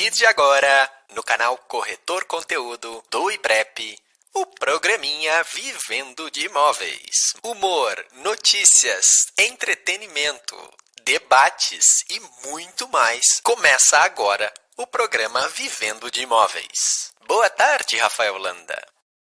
partir de agora, no canal Corretor Conteúdo do IBREP, o programinha Vivendo de Imóveis. Humor, notícias, entretenimento, debates e muito mais. Começa agora o programa Vivendo de Imóveis. Boa tarde, Rafael Landa.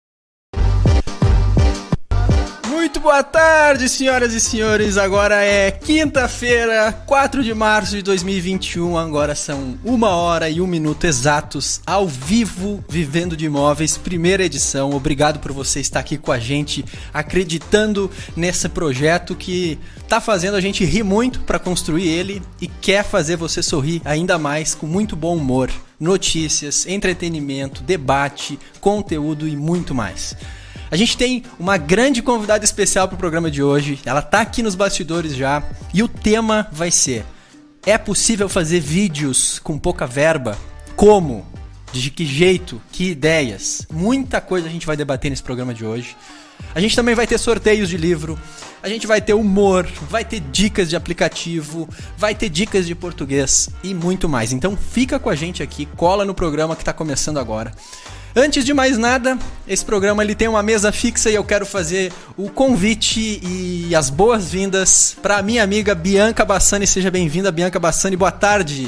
Muito boa tarde, senhoras e senhores. Agora é quinta-feira, 4 de março de 2021. Agora são 1h01 exatos, ao vivo, Vivendo de Imóveis, primeira edição. Obrigado por você estar aqui com a gente, acreditando nesse projeto que tá fazendo a gente rir muito para construir ele e quer fazer você sorrir ainda mais com muito bom humor, notícias, entretenimento, debate, conteúdo e muito mais. A gente tem uma grande convidada especial para o programa de hoje. Ela tá aqui nos bastidores já. E o tema vai ser: é possível fazer vídeos com pouca verba? Como? De que jeito? Que ideias? Muita coisa a gente vai debater nesse programa de hoje. A gente também vai ter sorteios de livro. A gente vai ter humor. Vai ter dicas de aplicativo. Vai ter dicas de português e muito mais. Então fica com a gente aqui. Cola no programa que está começando agora. Antes de mais nada, esse programa ele tem uma mesa fixa e eu quero fazer o convite e as boas-vindas para a minha amiga Bianca Bassani. Seja bem-vinda, Bianca Bassani. Boa tarde.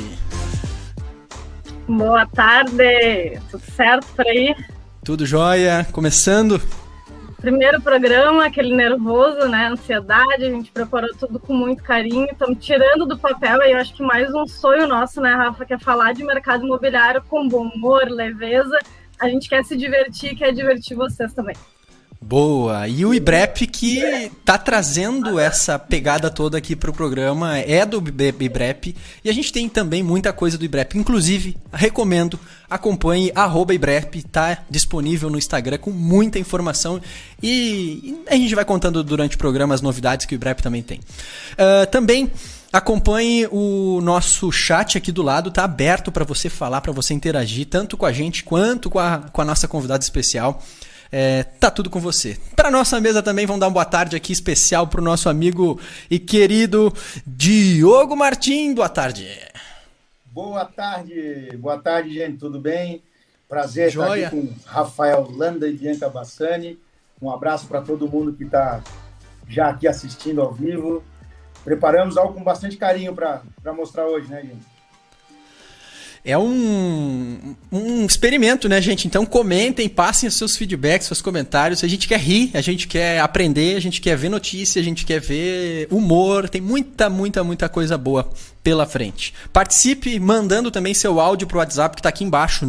Boa tarde. Tudo certo por aí? Tudo jóia. Começando. Primeiro programa, aquele nervoso, né? Ansiedade. A gente preparou tudo com muito carinho. Estamos tirando do papel e eu acho que mais um sonho nosso, né, Rafa? Que é falar de mercado imobiliário com bom humor, leveza. A gente quer se divertir e quer divertir vocês também. Boa! E o IBREP que tá trazendo essa pegada toda aqui pro programa é do IBREP. E a gente tem também muita coisa do IBREP. Inclusive, recomendo, acompanhe @IBREP, tá disponível no Instagram com muita informação. E a gente vai contando durante o programa as novidades que o IBREP também tem. Também acompanhe o nosso chat aqui do lado, tá aberto para você falar, para você interagir, tanto com a gente quanto com a nossa convidada especial. Tá tudo com você. Para nossa mesa também, vamos dar uma boa tarde aqui especial para o nosso amigo e querido Diogo Martim. Boa tarde. Boa tarde, gente, tudo bem? Prazer estar aqui com Rafael Landa e Bianca Bassani. Um abraço para todo mundo que está já aqui assistindo ao vivo. Preparamos algo com bastante carinho para mostrar hoje, né, gente? É um experimento, né, gente? Então comentem, passem os seus feedbacks, seus comentários. A gente quer rir, a gente quer aprender, a gente quer ver notícia, a gente quer ver humor. Tem muita coisa boa pela frente. Participe mandando também seu áudio pro WhatsApp que está aqui embaixo,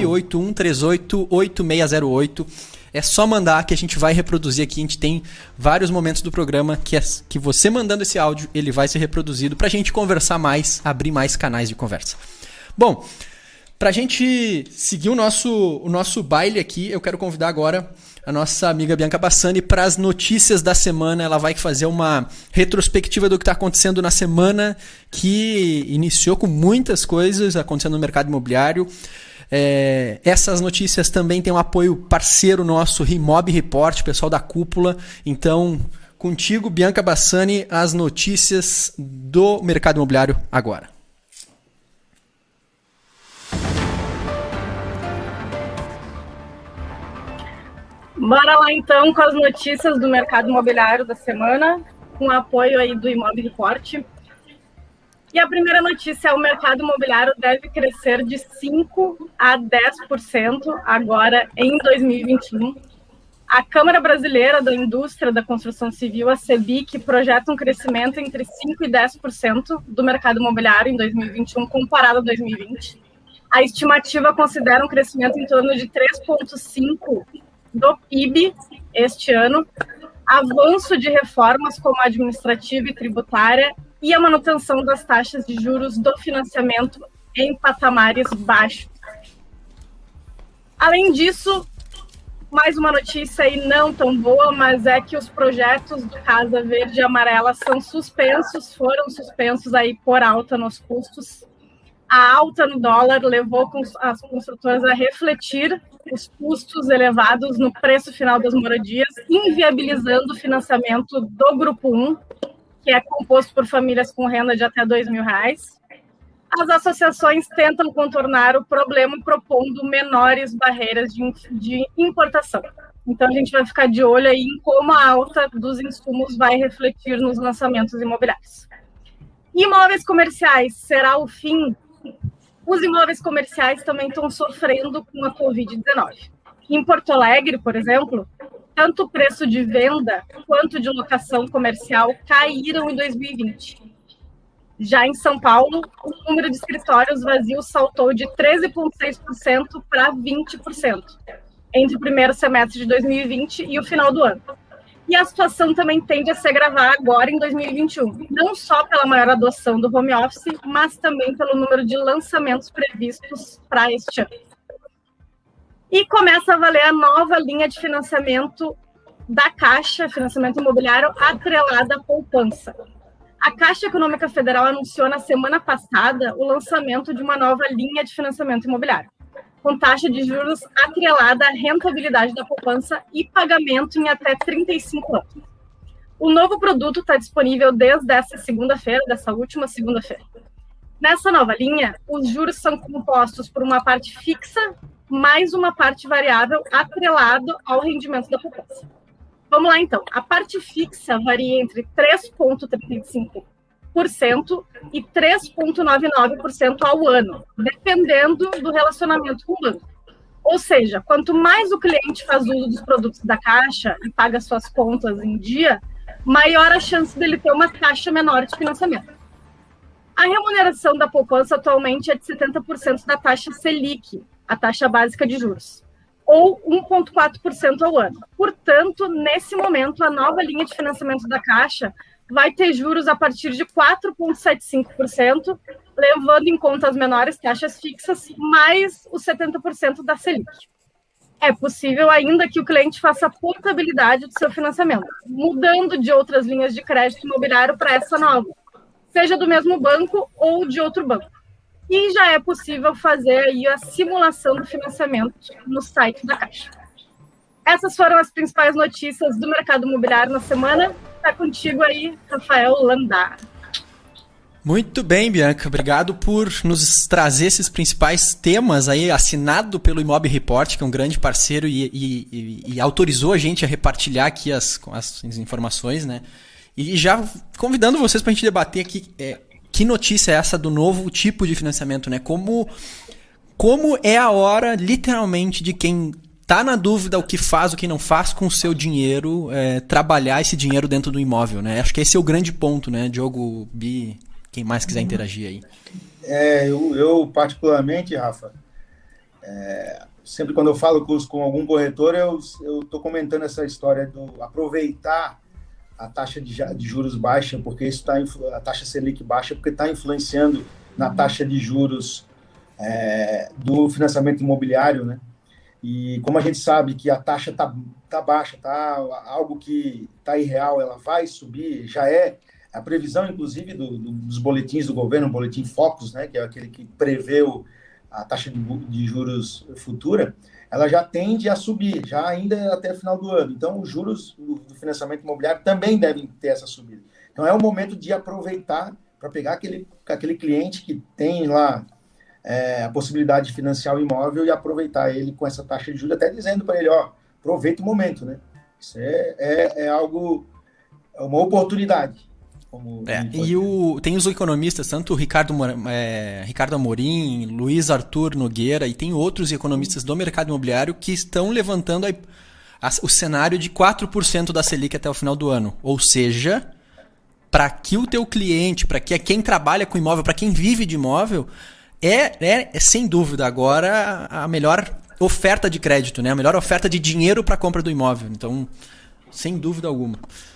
981388608. É só mandar que a gente vai reproduzir aqui. A gente tem vários momentos do programa que você mandando esse áudio, ele vai ser reproduzido pra gente conversar mais, abrir mais canais de conversa. Bom, pra gente seguir o nosso baile aqui, eu quero convidar agora a nossa amiga Bianca Bassani para as notícias da semana. Ela vai fazer uma retrospectiva do que está acontecendo na semana, que iniciou com muitas coisas acontecendo no mercado imobiliário. Essas notícias também têm um apoio parceiro nosso, Rimob Report, pessoal da Cúpula. Então, contigo, Bianca Bassani, as notícias do mercado imobiliário agora. Bora lá então com as notícias do mercado imobiliário da semana, com o apoio aí do Rimob Report. E a primeira notícia é: o mercado imobiliário deve crescer de 5% a 10% agora em 2021. A Câmara Brasileira da Indústria da Construção Civil, a CEBIC, projeta um crescimento entre 5% e 10% do mercado imobiliário em 2021 comparado a 2020. A estimativa considera um crescimento em torno de 3,5% do PIB este ano, avanço de reformas como a administrativa e tributária e a manutenção das taxas de juros do financiamento em patamares baixos. Além disso, mais uma notícia aí não tão boa, mas é que os projetos do Casa Verde e Amarela foram suspensos aí por alta nos custos. A alta no dólar levou as construtoras a refletir os custos elevados no preço final das moradias, inviabilizando o financiamento do Grupo 1, que é composto por famílias com renda de até R$ 2.000. as associações tentam contornar o problema propondo menores barreiras de importação. Então, a gente vai ficar de olho aí em como a alta dos insumos vai refletir nos lançamentos imobiliários. Imóveis comerciais, será o fim? Os imóveis comerciais também estão sofrendo com a Covid-19. Em Porto Alegre, por exemplo, tanto o preço de venda quanto de locação comercial caíram em 2020. Já em São Paulo, o número de escritórios vazios saltou de 13,6% para 20%, entre o primeiro semestre de 2020 e o final do ano. E a situação também tende a se agravar agora em 2021, não só pela maior adoção do home office, mas também pelo número de lançamentos previstos para este ano. E começa a valer a nova linha de financiamento da Caixa, financiamento imobiliário atrelada à poupança. A Caixa Econômica Federal anunciou na semana passada o lançamento de uma nova linha de financiamento imobiliário, com taxa de juros atrelada à rentabilidade da poupança e pagamento em até 35 anos. O novo produto está disponível desde essa segunda-feira, dessa última segunda-feira. Nessa nova linha, os juros são compostos por uma parte fixa mais uma parte variável atrelado ao rendimento da poupança. Vamos lá, então. A parte fixa varia entre 3,35% e 3,99% ao ano, dependendo do relacionamento com o banco. Ou seja, quanto mais o cliente faz uso dos produtos da Caixa e paga suas contas em dia, maior a chance dele ter uma taxa menor de financiamento. A remuneração da poupança atualmente é de 70% da taxa Selic, a taxa básica de juros, ou 1,4% ao ano. Portanto, nesse momento, a nova linha de financiamento da Caixa vai ter juros a partir de 4,75%, levando em conta as menores taxas fixas, mais os 70% da Selic. É possível ainda que o cliente faça a portabilidade do seu financiamento, mudando de outras linhas de crédito imobiliário para essa nova, seja do mesmo banco ou de outro banco. E já é possível fazer aí a simulação do financiamento no site da Caixa. Essas foram as principais notícias do mercado imobiliário na semana. Está contigo aí, Rafael Landa. Muito bem, Bianca. Obrigado por nos trazer esses principais temas aí, assinado pelo Imob Report, que é um grande parceiro e autorizou a gente a repartilhar aqui as informações, né? E já convidando vocês para a gente debater aqui que notícia é essa do novo tipo de financiamento, né? Como é a hora, literalmente, de quem tá na dúvida o que faz, o que não faz com o seu dinheiro, trabalhar esse dinheiro dentro do imóvel, né? Acho que esse é o grande ponto, né? Diogo, Bi, quem mais quiser interagir aí. Eu particularmente, Rafa, sempre quando eu falo com algum corretor, eu estou comentando essa história do aproveitar a taxa de juros baixa, porque isso a taxa Selic baixa, porque está influenciando na taxa de juros do financiamento imobiliário, né? E como a gente sabe que a taxa tá baixa, tá algo que está irreal, ela vai subir, já é a previsão, inclusive, dos boletins do governo, o boletim Focus, né, que é aquele que prevê a taxa de juros futura, ela já tende a subir, já ainda até o final do ano. Então, os juros do financiamento imobiliário também devem ter essa subida. Então, é o momento de aproveitar para pegar aquele cliente que tem lá a possibilidade de financiar o imóvel e aproveitar ele com essa taxa de juros, até dizendo para ele, aproveita o momento, né? Isso é algo, é uma oportunidade. Tem os economistas, tanto o Ricardo Amorim, Luiz Arthur Nogueira, e tem outros economistas do mercado imobiliário que estão levantando o cenário de 4% da Selic até o final do ano. Ou seja, para que o teu cliente, para que quem trabalha com imóvel, para quem vive de imóvel, é sem dúvida agora a melhor oferta de crédito, né? A melhor oferta de dinheiro para a compra do imóvel. Então, sem dúvida alguma.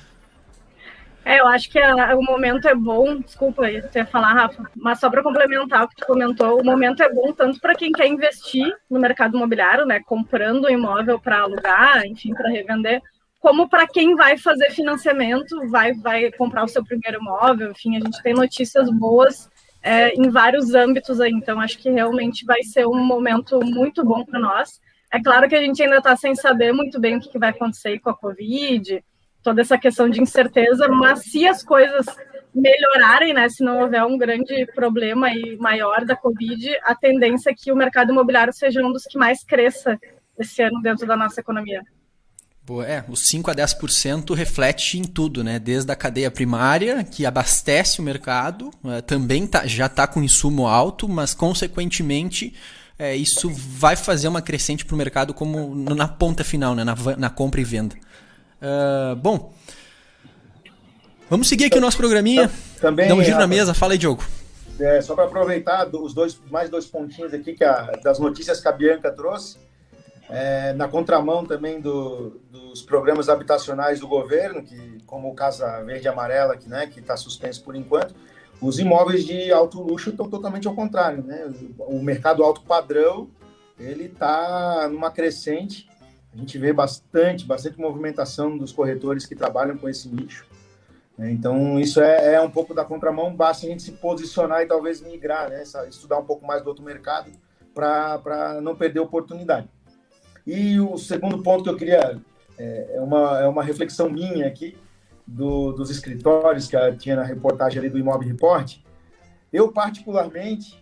Eu acho que o momento é bom, desculpa eu ia falar, Rafa, mas só para complementar o que tu comentou, o momento é bom tanto para quem quer investir no mercado imobiliário, né, comprando um imóvel para alugar, enfim, para revender, como para quem vai fazer financiamento, vai comprar o seu primeiro imóvel, enfim, a gente tem notícias boas em vários âmbitos aí, então acho que realmente vai ser um momento muito bom para nós. É claro que a gente ainda está sem saber muito bem o que vai acontecer com a Covid, toda essa questão de incerteza, mas se as coisas melhorarem, né, se não houver um grande problema aí maior da Covid, a tendência é que o mercado imobiliário seja um dos que mais cresça esse ano dentro da nossa economia. Boa, os 5 a 10% reflete em tudo, né? Desde a cadeia primária, que abastece o mercado, também já está com insumo alto, mas, consequentemente, isso vai fazer uma crescente para o mercado como na ponta final, né? Na compra e venda. Bom, vamos seguir aqui o nosso programinha. Também, dá um giro na mesa. Fala aí, Diogo. Só para aproveitar mais dois pontinhos aqui das notícias que a Bianca trouxe. Na contramão também dos programas habitacionais do governo, que, como o Casa Verde e Amarela, que está suspenso por enquanto, os imóveis de alto luxo estão totalmente ao contrário, né? O mercado alto padrão, ele está numa crescente. A gente vê bastante movimentação dos corretores que trabalham com esse nicho. Então, isso é um pouco da contramão. Basta a gente se posicionar e talvez migrar, né? Estudar um pouco mais do outro mercado para não perder oportunidade. E o segundo ponto que eu queria, é uma reflexão minha aqui, dos escritórios que tinha na reportagem ali do Imob Report. Eu, particularmente,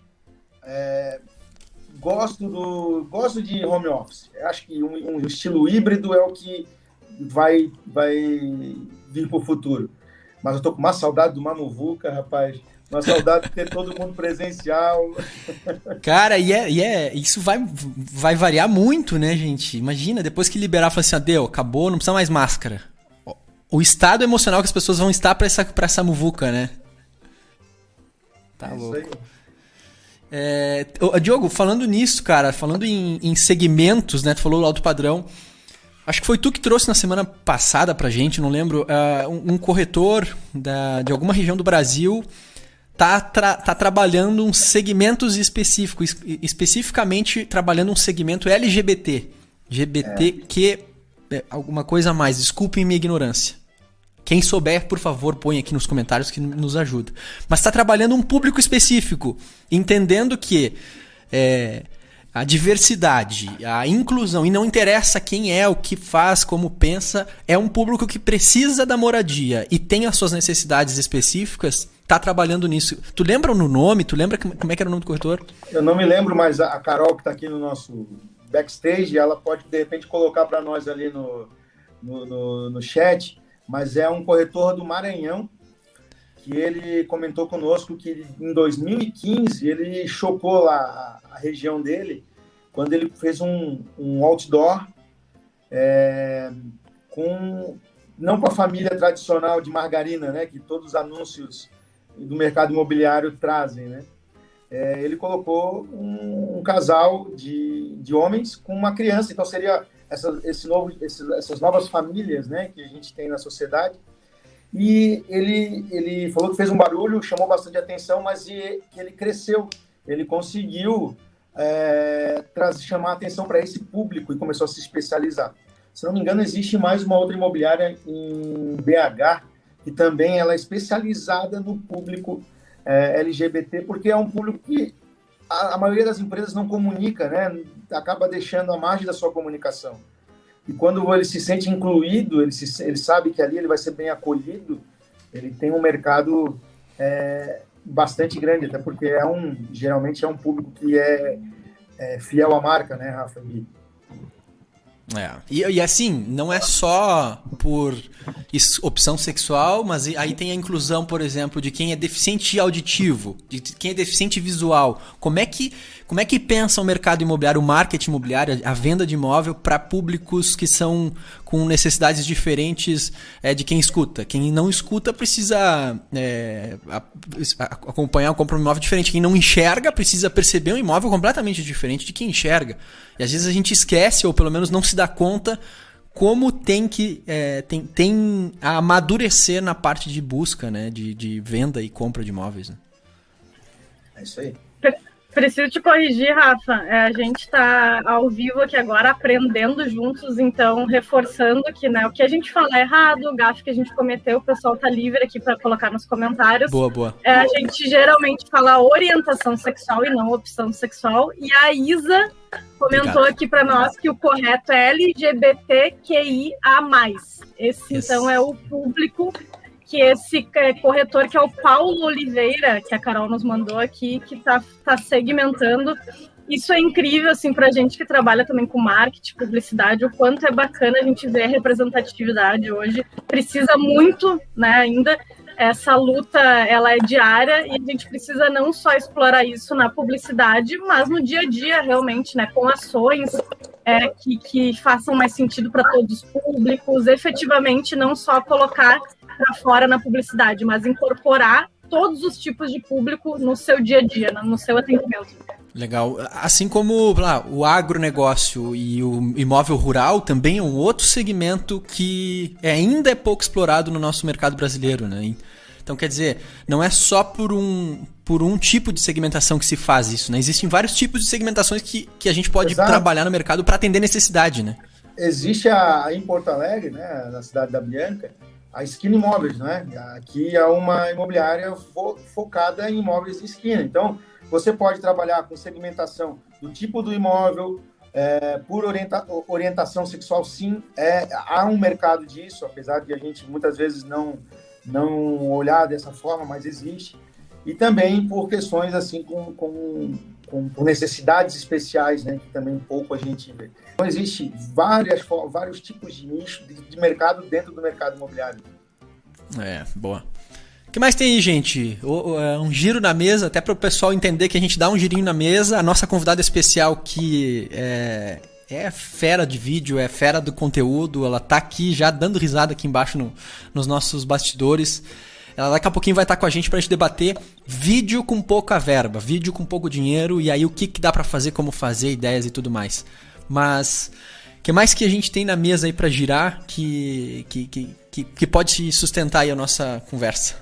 gosto de home office. Eu acho que um estilo híbrido é o que vai vir para o futuro. Mas eu estou com uma saudade do Mamuvuca, rapaz. Uma saudade de ter todo mundo presencial. Cara, isso vai variar muito, né, gente? Imagina, depois que liberar, falar assim, acabou, não precisa mais máscara. O estado emocional que as pessoas vão estar pra essa muvuca, né? Tá louco. Diogo, falando nisso, cara, falando em segmentos, né? Tu falou do alto padrão. Acho que foi tu que trouxe na semana passada pra gente, não lembro, um corretor de alguma região do Brasil tá trabalhando uns segmentos específicos, especificamente trabalhando um segmento LGBT. LGBTQ, alguma coisa a mais. Desculpem minha ignorância. Quem souber, por favor, põe aqui nos comentários que nos ajuda. Mas está trabalhando um público específico, entendendo que a diversidade, a inclusão, e não interessa quem é, o que faz, como pensa, é um público que precisa da moradia e tem as suas necessidades específicas, está trabalhando nisso. Tu lembra no nome? Tu lembra como é que era o nome do corretor? Eu não me lembro, mas a Carol, que está aqui no nosso backstage, ela pode, de repente, colocar para nós ali no chat, mas é um corretor do Maranhão, que ele comentou conosco que em 2015 ele chocou lá a região dele, quando ele fez um outdoor não com a família tradicional de margarina, né, que todos os anúncios do mercado imobiliário trazem, né? Ele colocou um casal de homens com uma criança, então seria essas novas famílias, né, que a gente tem na sociedade. E ele falou que fez um barulho, chamou bastante atenção, mas que ele cresceu, ele conseguiu chamar a atenção para esse público e começou a se especializar. Se não me engano, existe mais uma outra imobiliária em BH, que também ela é especializada no público LGBT, porque é um público que a maioria das empresas não comunica, né? Acaba deixando à margem da sua comunicação. E quando ele se sente incluído, ele sabe que ali ele vai ser bem acolhido, ele tem um mercado bastante grande, até porque geralmente é um público que é fiel à marca, né, Rafa e Gui? E assim, não é só por opção sexual, mas aí tem a inclusão, por exemplo, de quem é deficiente auditivo, de quem é deficiente visual. Como é que pensa o mercado imobiliário, o marketing imobiliário, a venda de imóvel para públicos que são com necessidades diferentes de quem escuta? Quem não escuta precisa acompanhar o compra de um imóvel diferente. Quem não enxerga precisa perceber um imóvel completamente diferente de quem enxerga. E às vezes a gente esquece, ou pelo menos não se dá conta, como tem a amadurecer na parte de busca, né, de venda e compra de imóveis. Né? É isso aí. Preciso te corrigir, Rafa. A gente está ao vivo aqui agora, aprendendo juntos, então reforçando que, né, o que a gente fala é errado, o gafe que a gente cometeu, o pessoal está livre aqui para colocar nos comentários. Boa. A gente geralmente fala orientação sexual e não opção sexual. E a Isa comentou aqui para nós que o correto é LGBTQIA+. Esse, então, é o público que esse corretor, que é o Paulo Oliveira, que a Carol nos mandou aqui, que tá segmentando. Isso é incrível, assim, pra gente que trabalha também com marketing, publicidade, o quanto é bacana a gente ver a representatividade hoje. Precisa muito, né, ainda. Essa luta, ela é diária e a gente precisa não só explorar isso na publicidade, mas no dia a dia, realmente, né, com ações que façam mais sentido para todos os públicos, efetivamente não só colocar para fora na publicidade, mas incorporar todos os tipos de público no seu dia a dia, no seu atendimento. Legal. Assim como o agronegócio e o imóvel rural também é um outro segmento que ainda é pouco explorado no nosso mercado brasileiro, né? Então, quer dizer, não é só por um tipo de segmentação que se faz isso, né? Existem vários tipos de segmentações que a gente pode trabalhar no mercado para atender necessidade, né? Existe em Porto Alegre, né, na cidade da Bianca, a Esquina Imóveis, né? Aqui é uma imobiliária focada em imóveis de esquina. Então, você pode trabalhar com segmentação do tipo do imóvel, por orientação sexual, sim. Há um mercado disso, apesar de a gente muitas vezes não olhar dessa forma, mas existe. E também por questões assim com necessidades especiais, né, que também pouco a gente vê. Então, existe vários tipos de nicho de mercado dentro do mercado imobiliário. Boa. O que mais tem aí, gente? Um giro na mesa, até para o pessoal entender que a gente dá um girinho na mesa. A nossa convidada especial, que é fera de vídeo, é fera do conteúdo, ela tá aqui já dando risada aqui embaixo nos nossos bastidores. Ela daqui a pouquinho vai estar com a gente pra gente debater vídeo com pouca verba, vídeo com pouco dinheiro, e aí o que dá pra fazer, como fazer, ideias e tudo mais. Mas o que mais que a gente tem na mesa aí pra girar que pode sustentar aí a nossa conversa?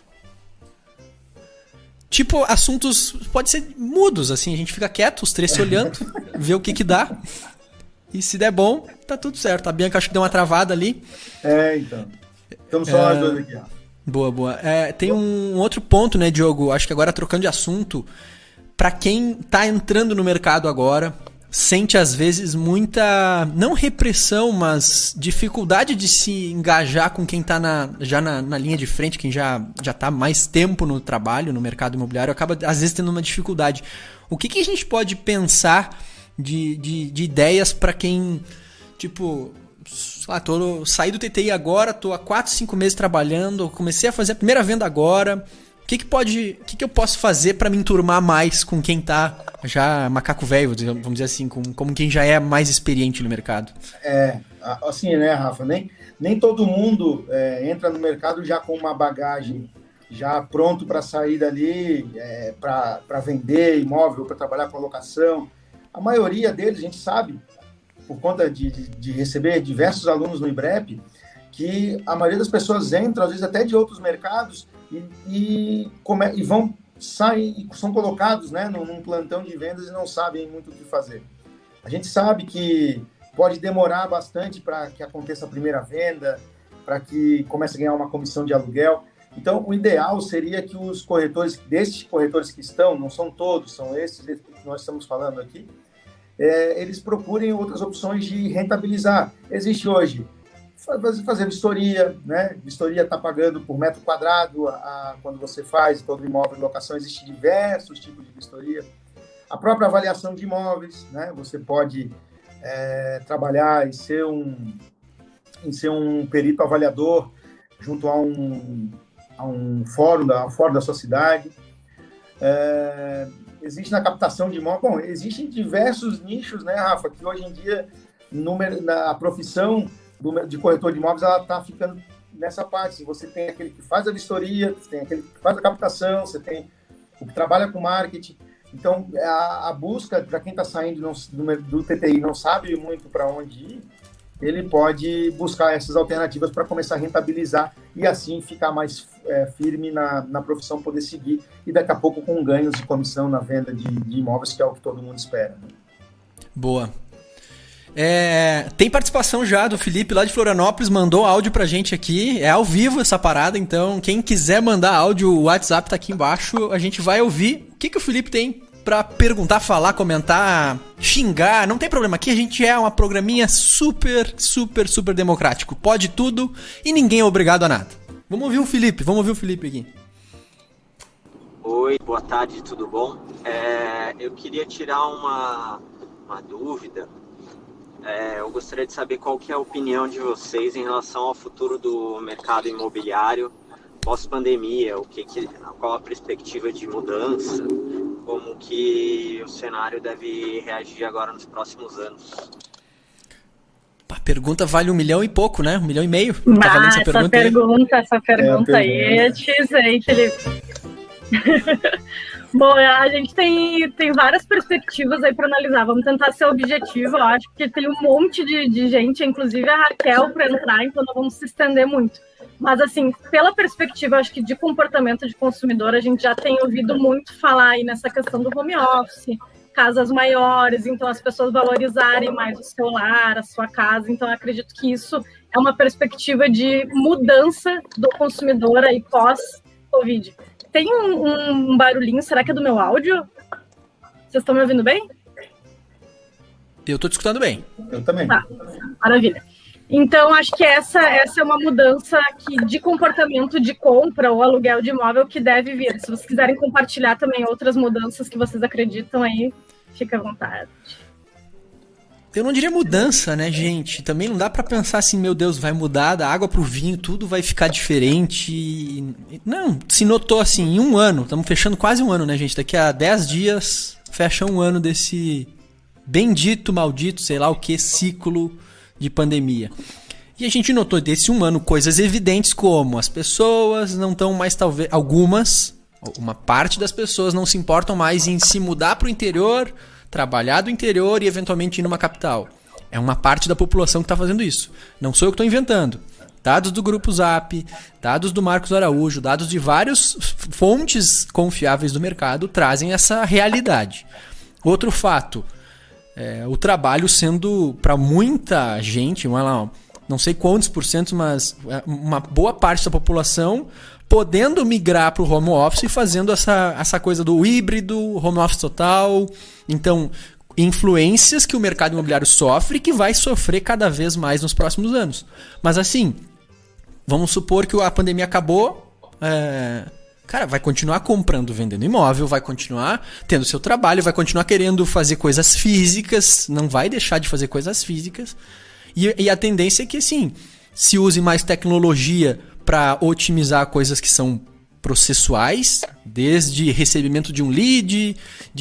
Tipo, assuntos, pode ser mudos, assim, a gente fica quieto, os três se olhando, vê o que dá, e se der bom, tá tudo certo. A Bianca acho que deu uma travada ali. Então. Estamos só nós dois aqui, ó. Boa. Tem um outro ponto, né, Diogo? Acho que agora trocando de assunto, pra quem tá entrando no mercado agora, sente às vezes muita, não repressão, mas dificuldade de se engajar com quem tá já na linha de frente, quem já tá mais tempo no trabalho, no mercado imobiliário, acaba às vezes tendo uma dificuldade. O que a gente pode pensar de ideias para quem, tipo, saí do TTI agora, tô há 4, 5 meses trabalhando, comecei a fazer a primeira venda agora. O que eu posso fazer para me enturmar mais com quem tá já macaco velho, vamos dizer assim, como quem já é mais experiente no mercado? Assim, né, Rafa? Nem todo mundo entra no mercado já com uma bagagem já pronto para sair dali, para vender imóvel, para trabalhar com locação. A maioria deles, a gente sabe, por conta de receber diversos alunos no IBREP, que a maioria das pessoas entram, às vezes até de outros mercados, e vão sair, são colocados, né, num plantão de vendas e não sabem muito o que fazer. A gente sabe que pode demorar bastante para que aconteça a primeira venda, para que comece a ganhar uma comissão de aluguel. Então, o ideal seria que os corretores, desses corretores que estão, não são todos, são esses que nós estamos falando aqui, eles procurem outras opções de rentabilizar. Existe hoje fazer vistoria, né? Vistoria está pagando por metro quadrado quando você faz todo imóvel em locação, existem diversos tipos de vistoria. A própria avaliação de imóveis, né? Você pode trabalhar e ser um perito avaliador junto a um fórum da sua cidade. Existe na captação de imóveis. Bom, existem diversos nichos, né, Rafa, que hoje em dia na profissão de corretor de imóveis, ela está ficando nessa parte. Você tem aquele que faz a vistoria, você tem aquele que faz a captação, você tem o que trabalha com marketing. Então, a busca, para quem está saindo do TTI não sabe muito para onde ir, ele pode buscar essas alternativas para começar a rentabilizar e assim ficar mais firme na profissão, poder seguir e daqui a pouco com ganhos de comissão na venda de imóveis, que é o que todo mundo espera. Né? Boa. Tem participação já do Felipe lá de Florianópolis, mandou áudio pra gente aqui, é ao vivo essa parada, então quem quiser mandar áudio, o WhatsApp tá aqui embaixo, a gente vai ouvir o que o Felipe tem pra perguntar, falar, comentar, xingar, não tem problema, aqui a gente é uma programinha super, super, super democrático, pode tudo e ninguém é obrigado a nada. Vamos ouvir o Felipe aqui. Oi, boa tarde, tudo bom? Eu queria tirar uma dúvida. Eu gostaria de saber qual que é a opinião de vocês em relação ao futuro do mercado imobiliário pós-pandemia, qual a perspectiva de mudança, como que o cenário deve reagir agora nos próximos anos. A pergunta vale 1 milhão e pouco, né? 1,5 milhão. Tá valendo essa pergunta aí, aí, Felipe. Bom, a gente tem várias perspectivas aí para analisar. Vamos tentar ser objetivo. Eu acho que tem um monte de gente, inclusive a Raquel, para entrar, então não vamos se estender muito. Mas, assim, pela perspectiva, acho que de comportamento de consumidor, a gente já tem ouvido muito falar aí nessa questão do home office, casas maiores, então as pessoas valorizarem mais o seu lar, a sua casa. Então, eu acredito que isso é uma perspectiva de mudança do consumidor aí pós-Covid. Tem um barulhinho, será que é do meu áudio? Vocês estão me ouvindo bem? Eu estou te escutando bem. Eu também. Tá, maravilha. Então, acho que essa é uma mudança de comportamento de compra ou aluguel de imóvel que deve vir. Se vocês quiserem compartilhar também outras mudanças que vocês acreditam aí, fica à vontade. Eu não diria mudança, né, gente? Também não dá pra pensar assim, meu Deus, vai mudar da água pro vinho, tudo vai ficar diferente. Não, se notou assim, em 1 ano, estamos fechando quase 1 ano, né, gente? Daqui a 10 dias, fecha 1 ano desse bendito, maldito, sei lá o que, ciclo de pandemia. E a gente notou desse 1 ano coisas evidentes como as pessoas não estão mais, talvez, uma parte das pessoas não se importam mais em se mudar pro interior, trabalhar do interior e eventualmente ir numa capital. É uma parte da população que está fazendo isso. Não sou eu que estou inventando. Dados do Grupo Zap, dados do Marcos Araújo, dados de várias fontes confiáveis do mercado trazem essa realidade. Outro fato, o trabalho sendo, para muita gente, não sei quantos %, mas uma boa parte da população podendo migrar para o home office e fazendo essa coisa do híbrido, home office total. Então, influências que o mercado imobiliário sofre e que vai sofrer cada vez mais nos próximos anos. Mas assim, vamos supor que a pandemia acabou, cara, vai continuar comprando, vendendo imóvel, vai continuar tendo seu trabalho, vai continuar querendo fazer coisas físicas, não vai deixar de fazer coisas físicas. E a tendência é que, assim, se use mais tecnologia para otimizar coisas que são processuais, desde recebimento de um lead,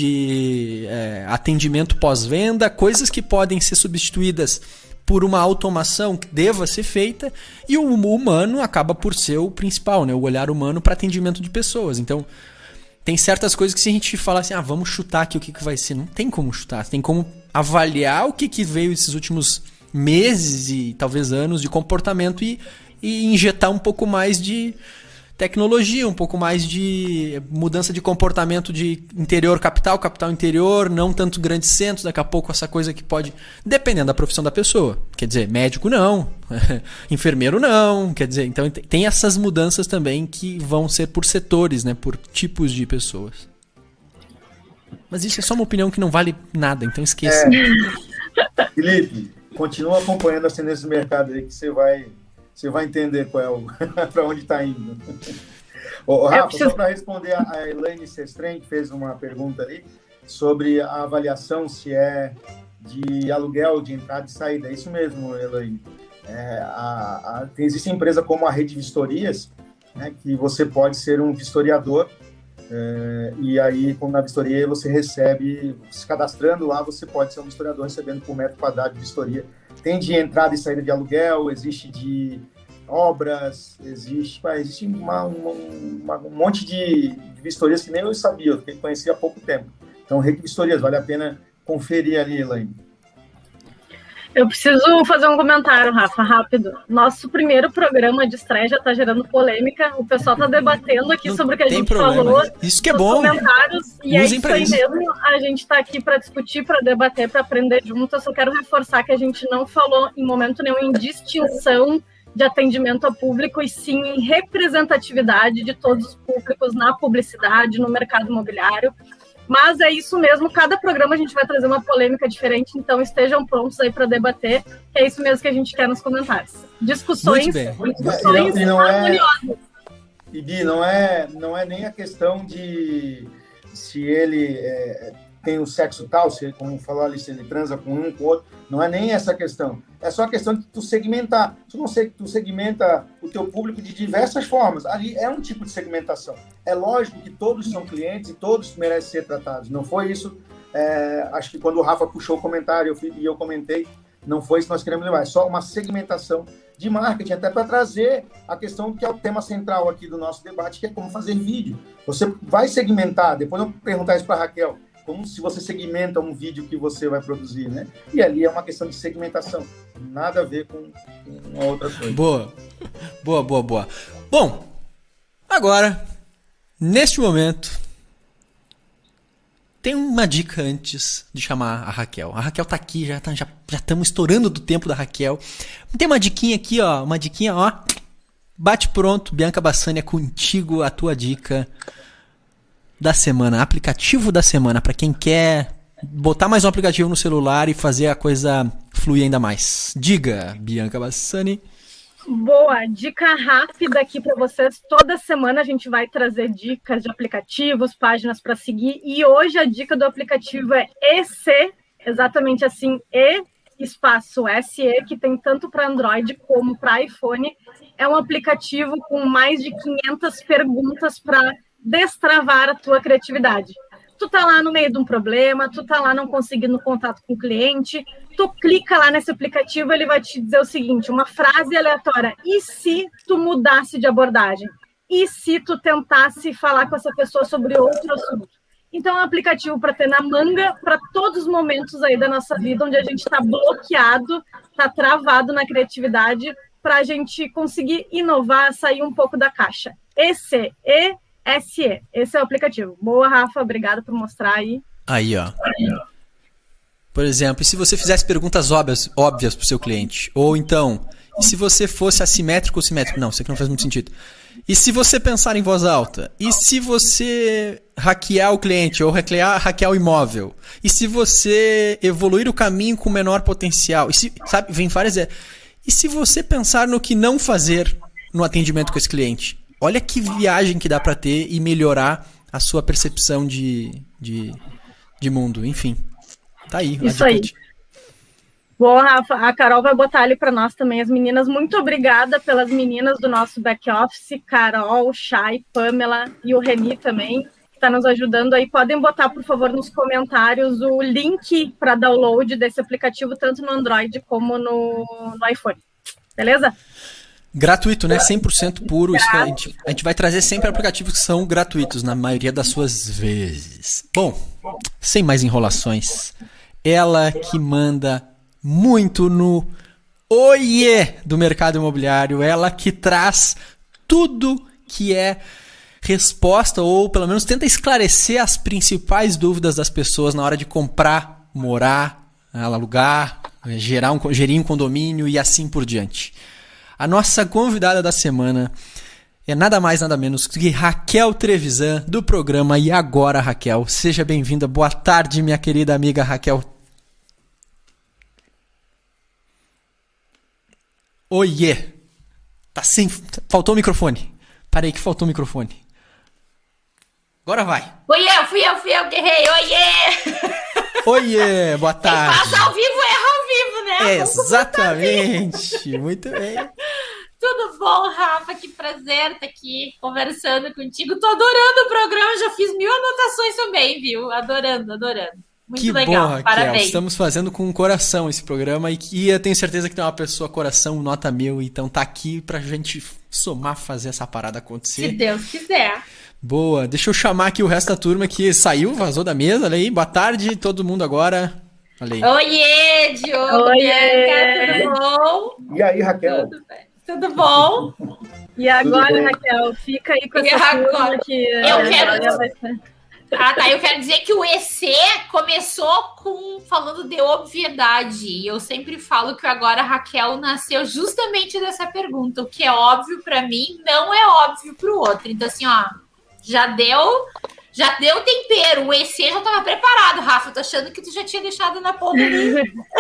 de atendimento pós-venda, coisas que podem ser substituídas por uma automação que deva ser feita, e o humano acaba por ser o principal, né? O olhar humano para atendimento de pessoas. Então, tem certas coisas que se a gente falar assim, vamos chutar aqui o que vai ser, não tem como chutar, tem como avaliar o que veio esses últimos meses e talvez anos de comportamento e injetar um pouco mais de tecnologia, um pouco mais de mudança de comportamento de interior capital, capital interior, não tanto grandes centros, daqui a pouco essa coisa que pode, dependendo da profissão da pessoa, quer dizer, médico não, enfermeiro não, quer dizer, então tem essas mudanças também que vão ser por setores, né, por tipos de pessoas. Mas isso é só uma opinião que não vale nada, então esqueça. Felipe, continua acompanhando as tendências do mercado aí que você vai entender qual é para onde está indo. Rafa, só para responder a Elaine Sestren, que fez uma pergunta ali sobre a avaliação se é de aluguel, de entrada e saída. É isso mesmo, Elaine. Existe empresa como a Rede Vistorias, né, que você pode ser um vistoriador, e aí, como na vistoria, você recebe, se cadastrando lá, você pode ser um vistoriador recebendo por metro quadrado de vistoria. Tem de entrada e saída de aluguel, existe de obras, existe um monte de vistorias que nem eu sabia, eu conheci há pouco tempo. Então, Rede Vistorias, vale a pena conferir ali, Elaine. Eu preciso fazer um comentário, Rafa, rápido. Nosso primeiro programa de estreia já está gerando polêmica. O pessoal está debatendo aqui sobre o que a gente falou. Isso que é bom. Comentários. E é isso aí mesmo. A gente está aqui para discutir, para debater, para aprender junto. Eu só quero reforçar que a gente não falou em momento nenhum em distinção de atendimento ao público, e sim em representatividade de todos os públicos na publicidade, no mercado imobiliário. Mas é isso mesmo, cada programa a gente vai trazer uma polêmica diferente, então estejam prontos aí para debater, que é isso mesmo que a gente quer nos comentários. Discussões harmoniosas. E Bi, não é nem a questão de se ele tem o sexo tal, se, como falou ali, se ele transa com um, com outro, não é nem essa questão. É só a questão de tu segmentar. Tu segmenta o teu público de diversas formas. Ali é um tipo de segmentação. É lógico que todos são clientes e todos merecem ser tratados. Não foi isso, acho que quando o Rafa puxou o comentário e eu comentei, não foi isso que nós queremos levar. É só uma segmentação de marketing, até para trazer a questão que é o tema central aqui do nosso debate, que é como fazer vídeo. Você vai segmentar, depois eu vou perguntar isso para a Raquel, como se você segmenta um vídeo que você vai produzir, né? E ali é uma questão de segmentação, nada a ver com uma outra coisa. Boa. Bom, agora, neste momento, tem uma dica antes de chamar a Raquel. A Raquel tá aqui, já estamos estourando do tempo da Raquel. Tem uma diquinha aqui, ó, bate pronto, Bianca Bassani, é contigo a tua dica da semana, aplicativo da semana, para quem quer botar mais um aplicativo no celular e fazer a coisa fluir ainda mais. Diga, Bianca Bassani. Boa, dica rápida aqui para vocês. Toda semana a gente vai trazer dicas de aplicativos, páginas para seguir. E hoje a dica do aplicativo é EC, exatamente assim, espaço SE, que tem tanto para Android como para iPhone. É um aplicativo com mais de 500 perguntas para destravar a tua criatividade. Tu tá lá no meio de um problema, tu tá lá não conseguindo contato com o cliente, tu clica lá nesse aplicativo, ele vai te dizer o seguinte, uma frase aleatória: e se tu mudasse de abordagem? E se tu tentasse falar com essa pessoa sobre outro assunto? Então é um aplicativo para ter na manga para todos os momentos aí da nossa vida onde a gente está bloqueado, está travado na criatividade, para a gente conseguir inovar, sair um pouco da caixa. SE. Esse é o aplicativo. Boa, Rafa, obrigada por mostrar aí. Aí, ó. Por exemplo, e se você fizesse perguntas óbvias para o seu cliente? Ou então, e se você fosse assimétrico ou simétrico? Não, isso aqui não faz muito sentido. E se você pensar em voz alta? E se você hackear o cliente ou hackear o imóvel? E se você evoluir o caminho com menor potencial? E se, sabe, vem várias... E se você pensar no que não fazer no atendimento com esse cliente? Olha que viagem que dá para ter e melhorar a sua percepção de mundo. Enfim, tá aí. Isso aí. Bom, Rafa, a Carol vai botar ali para nós também as meninas. Muito obrigada pelas meninas do nosso back-office, Carol, Chay, Pamela e o Reni também, que está nos ajudando aí. Podem botar, por favor, nos comentários o link para download desse aplicativo, tanto no Android como no iPhone. Beleza? Gratuito, né? 100% puro. Isso a gente vai trazer sempre aplicativos que são gratuitos, na maioria das suas vezes. Bom, sem mais enrolações, ela que manda muito no oiê do mercado imobiliário, ela que traz tudo que é resposta, ou pelo menos tenta esclarecer as principais dúvidas das pessoas na hora de comprar, morar, alugar, gerir um condomínio e assim por diante. A nossa convidada da semana é nada mais, nada menos que Raquel Trevisan, do programa E Agora, Raquel. Seja bem-vinda. Boa tarde, minha querida amiga Raquel. Oiê. Faltou o microfone. Parei que faltou o microfone. Agora vai. Fui eu que errei. Oiê. Oiê, boa tarde. Quem faz ao vivo erra ao vivo, né? Exatamente. Muito bem. Tudo bom, Rafa? Que prazer estar aqui conversando contigo. Tô adorando o programa, já fiz 1000 anotações também, viu? Adorando. Muito que legal, bom, Raquel. Parabéns. Estamos fazendo com o coração esse programa e eu tenho certeza que tem uma pessoa coração, nota 1000, então tá aqui pra gente somar, fazer essa parada acontecer. Se Deus quiser. Boa, deixa eu chamar aqui o resto da turma que saiu, vazou da mesa, olha aí, boa tarde todo mundo agora, olha aí. Oiê, Diogo, Bianca, tudo bom? E aí, Raquel? Tudo bom? E agora, Raquel, fica aí com essa turma que... Eu quero dizer que o EC começou falando de obviedade. E eu sempre falo que agora a Raquel nasceu justamente dessa pergunta. O que é óbvio para mim não é óbvio para o outro. Então, assim, ó, já deu Já deu tempero, o EC já tava preparado, Rafa. Tô achando que tu já tinha deixado na ponta ali.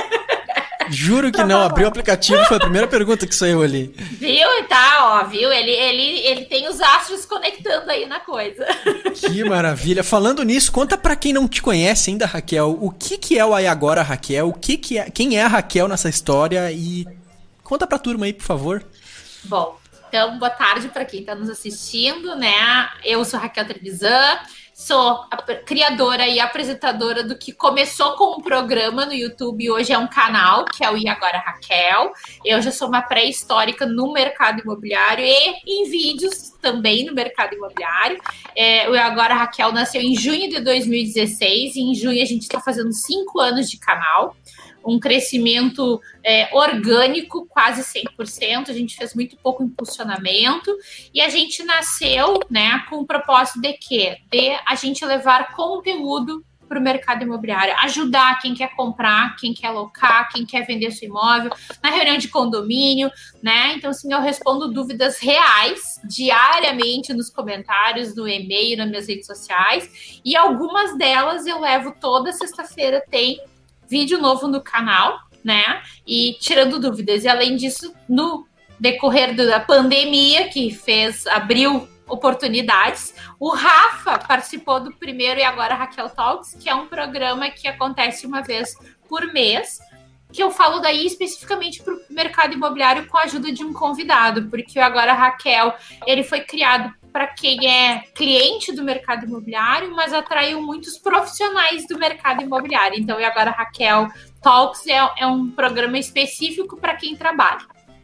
Juro que não, abri o aplicativo, foi a primeira pergunta que saiu ali. Viu? Tá, ó, viu? Ele tem os astros conectando aí na coisa. Que maravilha. Falando nisso, conta pra quem não te conhece ainda, Raquel, o que é o Aí Agora, Raquel? Quem é a Raquel nessa história? E conta pra turma aí, por favor. Bom, então, boa tarde para quem está nos assistindo, né? Eu sou Raquel Trevisan, sou a criadora e apresentadora do que começou com um programa no YouTube e hoje é um canal, que é o E Agora Raquel. Eu já sou uma pré-histórica no mercado imobiliário e em vídeos também no mercado imobiliário. O E Agora Raquel nasceu em junho de 2016 e em junho a gente está fazendo 5 anos de canal. Um crescimento orgânico, quase 100%, a gente fez muito pouco impulsionamento, e a gente nasceu, né, com o propósito de quê? De a gente levar conteúdo para o mercado imobiliário, ajudar quem quer comprar, quem quer alocar, quem quer vender seu imóvel, na reunião de condomínio, né? Então, assim, eu respondo dúvidas reais, diariamente nos comentários, no e-mail, nas minhas redes sociais, e algumas delas eu levo toda sexta-feira, tem vídeo novo no canal, né? E tirando dúvidas. E além disso, no decorrer da pandemia, que abriu oportunidades, o Rafa participou do primeiro E Agora Raquel Talks, que é um programa que acontece uma vez por mês, que eu falo daí especificamente para o mercado imobiliário com a ajuda de um convidado, porque o Agora Raquel, ele foi criado para quem é cliente do mercado imobiliário, mas atraiu muitos profissionais do mercado imobiliário. Então, e agora Raquel Talks é um programa específico para quem trabalha.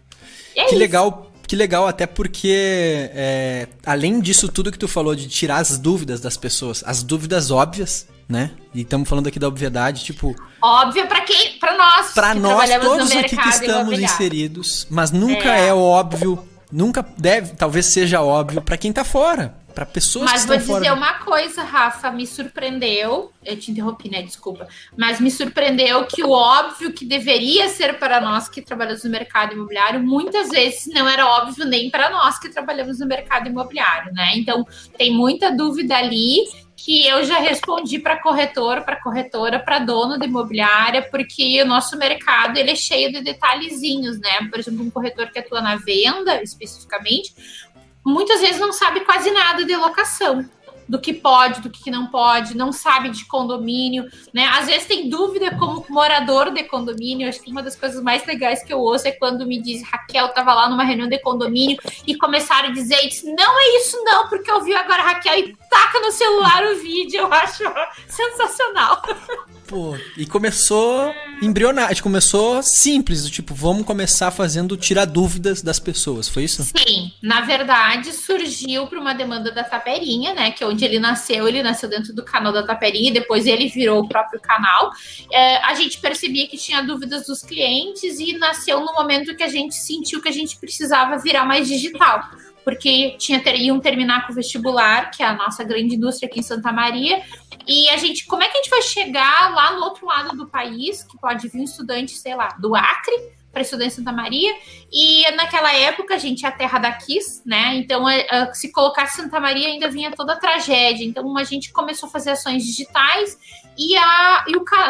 Que legal, até porque além disso tudo que tu falou de tirar as dúvidas das pessoas, as dúvidas óbvias, né? E estamos falando aqui da obviedade, tipo... Óbvio para nós todos aqui que estamos inseridos, mas nunca é óbvio. Nunca deve, talvez seja óbvio para quem tá fora, para pessoas que estão fora. Mas vou dizer uma coisa, Rafa, me surpreendeu, eu te interrompi, né, desculpa, mas me surpreendeu que o óbvio que deveria ser para nós que trabalhamos no mercado imobiliário, muitas vezes não era óbvio nem para nós que trabalhamos no mercado imobiliário, né? Então, tem muita dúvida ali que eu já respondi para corretora, para dono da imobiliária, porque o nosso mercado ele é cheio de detalhezinhos, né? Por exemplo, um corretor que atua na venda, especificamente, muitas vezes não sabe quase nada de locação, do que pode, do que não pode, não sabe de condomínio, né? Às vezes tem dúvida como morador de condomínio. Acho que uma das coisas mais legais que eu ouço é quando me diz, Raquel, estava lá numa reunião de condomínio e começaram a dizer, não é isso não, porque eu vi agora a Raquel e taca no celular o vídeo. Eu acho sensacional. Pô, e começou embrionário, começou simples, do tipo, vamos começar fazendo tirar dúvidas das pessoas, foi isso? Sim, na verdade surgiu para uma demanda da Taperinha, né, que é onde ele nasceu dentro do canal da Taperinha, depois ele virou o próprio canal. A gente percebia que tinha dúvidas dos clientes e nasceu no momento que a gente sentiu que a gente precisava virar mais digital, porque iam terminar com o vestibular, que é a nossa grande indústria aqui em Santa Maria, e como é que a gente vai chegar lá no outro lado do país, que pode vir um estudante, sei lá, do Acre, para estudar em Santa Maria, e naquela época a gente é a terra da Kiss, né, então se colocasse Santa Maria ainda vinha toda a tragédia, então a gente começou a fazer ações digitais, e a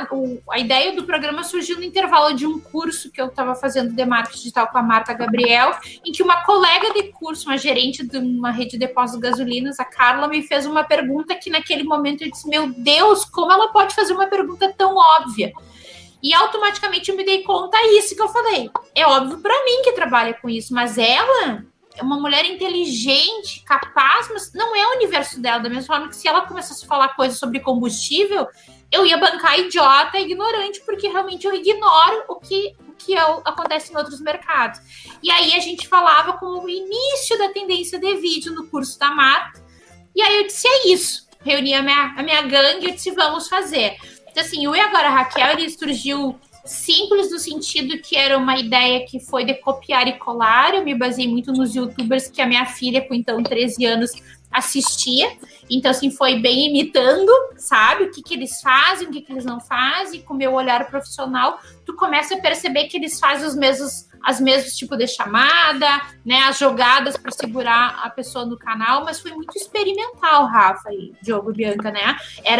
ideia do programa surgiu no intervalo de um curso que eu estava fazendo de marketing digital com a Marta Gabriel, em que uma colega de curso, uma gerente de uma rede de depósitos de gasolinas, a Carla, me fez uma pergunta que naquele momento eu disse, meu Deus, como ela pode fazer uma pergunta tão óbvia? E automaticamente eu me dei conta isso que eu falei. É óbvio para mim que trabalha com isso, mas ela é uma mulher inteligente, capaz, mas não é o universo dela. Da mesma forma que se ela começasse a falar coisas sobre combustível, eu ia bancar idiota e ignorante, porque realmente eu ignoro o que acontece em outros mercados. E aí a gente falava como o início da tendência de vídeo no curso da Marta. E aí eu disse, é isso. Reuni a minha gangue e eu disse, vamos fazer. Então, assim, o E Agora Raquel, ele surgiu simples no sentido que era uma ideia que foi de copiar e colar. Eu me baseei muito nos youtubers que a minha filha, com então 13 anos, assistia. Então, assim, foi bem imitando, sabe? O que eles fazem, o que eles não fazem. Com o meu olhar profissional, tu começa a perceber que eles fazem os mesmos as mesmas tipo de chamada, né, as jogadas para segurar a pessoa no canal, mas foi muito experimental, Rafa e Diogo, Bianca, né?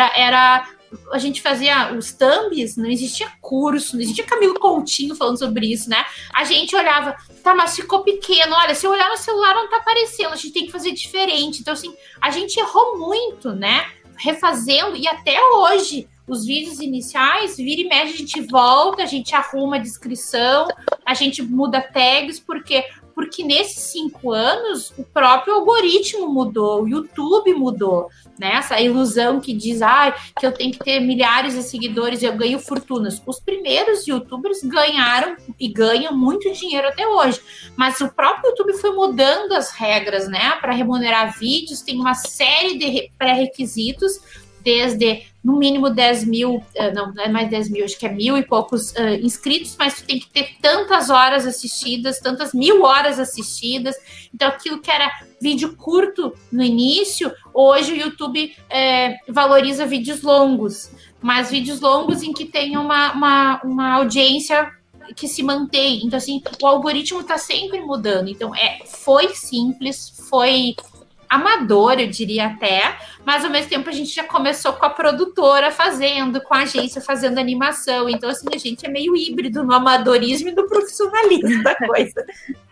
A gente fazia os thumbs, não existia curso, não existia Camilo Coutinho falando sobre isso, né? A gente olhava, tá, mas ficou pequeno, olha, se eu olhar no celular não tá aparecendo, a gente tem que fazer diferente. Então, assim, a gente errou muito, né? Refazendo, e até hoje, os vídeos iniciais, vira e mexe, a gente volta, a gente arruma a descrição, a gente muda tags, porque nesses 5 anos o próprio algoritmo mudou, o YouTube mudou, né? Essa ilusão que diz que eu tenho que ter milhares de seguidores e eu ganho fortunas. Os primeiros youtubers ganharam e ganham muito dinheiro até hoje, mas o próprio YouTube foi mudando as regras, né? Para remunerar vídeos, tem uma série de pré-requisitos, desde no mínimo 10 mil, não é mais 10 mil, acho que é 1.000 e poucos inscritos, mas tu tem que ter tantas horas assistidas, tantas 1.000 horas assistidas. Então, aquilo que era vídeo curto no início, hoje o YouTube valoriza vídeos longos, mas vídeos longos em que tem uma audiência que se mantém. Então, assim, o algoritmo está sempre mudando. Então, foi simples, foi amador, eu diria até, mas ao mesmo tempo a gente já começou com a produtora fazendo, com a agência fazendo animação, então assim, a gente é meio híbrido no amadorismo e no profissionalismo da coisa.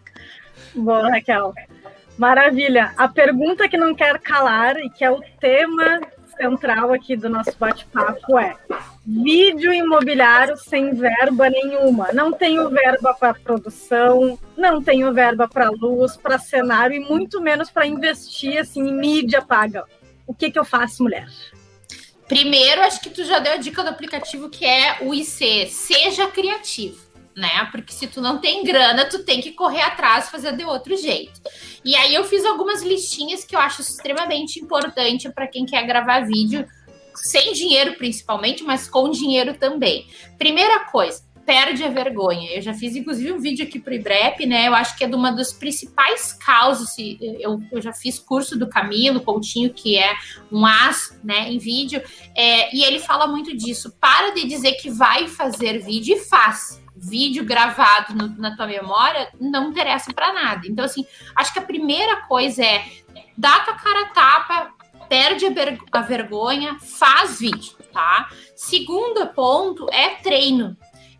Boa, Raquel. Maravilha. A pergunta que não quer calar e que é o tema central aqui do nosso bate-papo é: vídeo imobiliário sem verba nenhuma. Não tenho verba para produção, não tenho verba para luz, para cenário e muito menos para investir assim, em mídia paga. O que eu faço, mulher? Primeiro, acho que tu já deu a dica do aplicativo, que é o IC. Seja criativo, né? Porque se tu não tem grana, tu tem que correr atrás e fazer de outro jeito. E aí eu fiz algumas listinhas que eu acho extremamente importante para quem quer gravar vídeo, sem dinheiro principalmente, mas com dinheiro também. Primeira coisa, perde a vergonha. Eu já fiz, inclusive, um vídeo aqui pro IBREP, né? Eu acho que é de uma das principais causas. Eu já fiz curso do Camilo Coutinho, que é um as, né, em vídeo, e ele fala muito disso. Para de dizer que vai fazer vídeo e faz. Vídeo gravado na tua memória não interessa para nada. Então, assim, acho que a primeira coisa é dá tua cara a tapa, perde a vergonha, faz vídeo, tá? Segundo ponto é treino.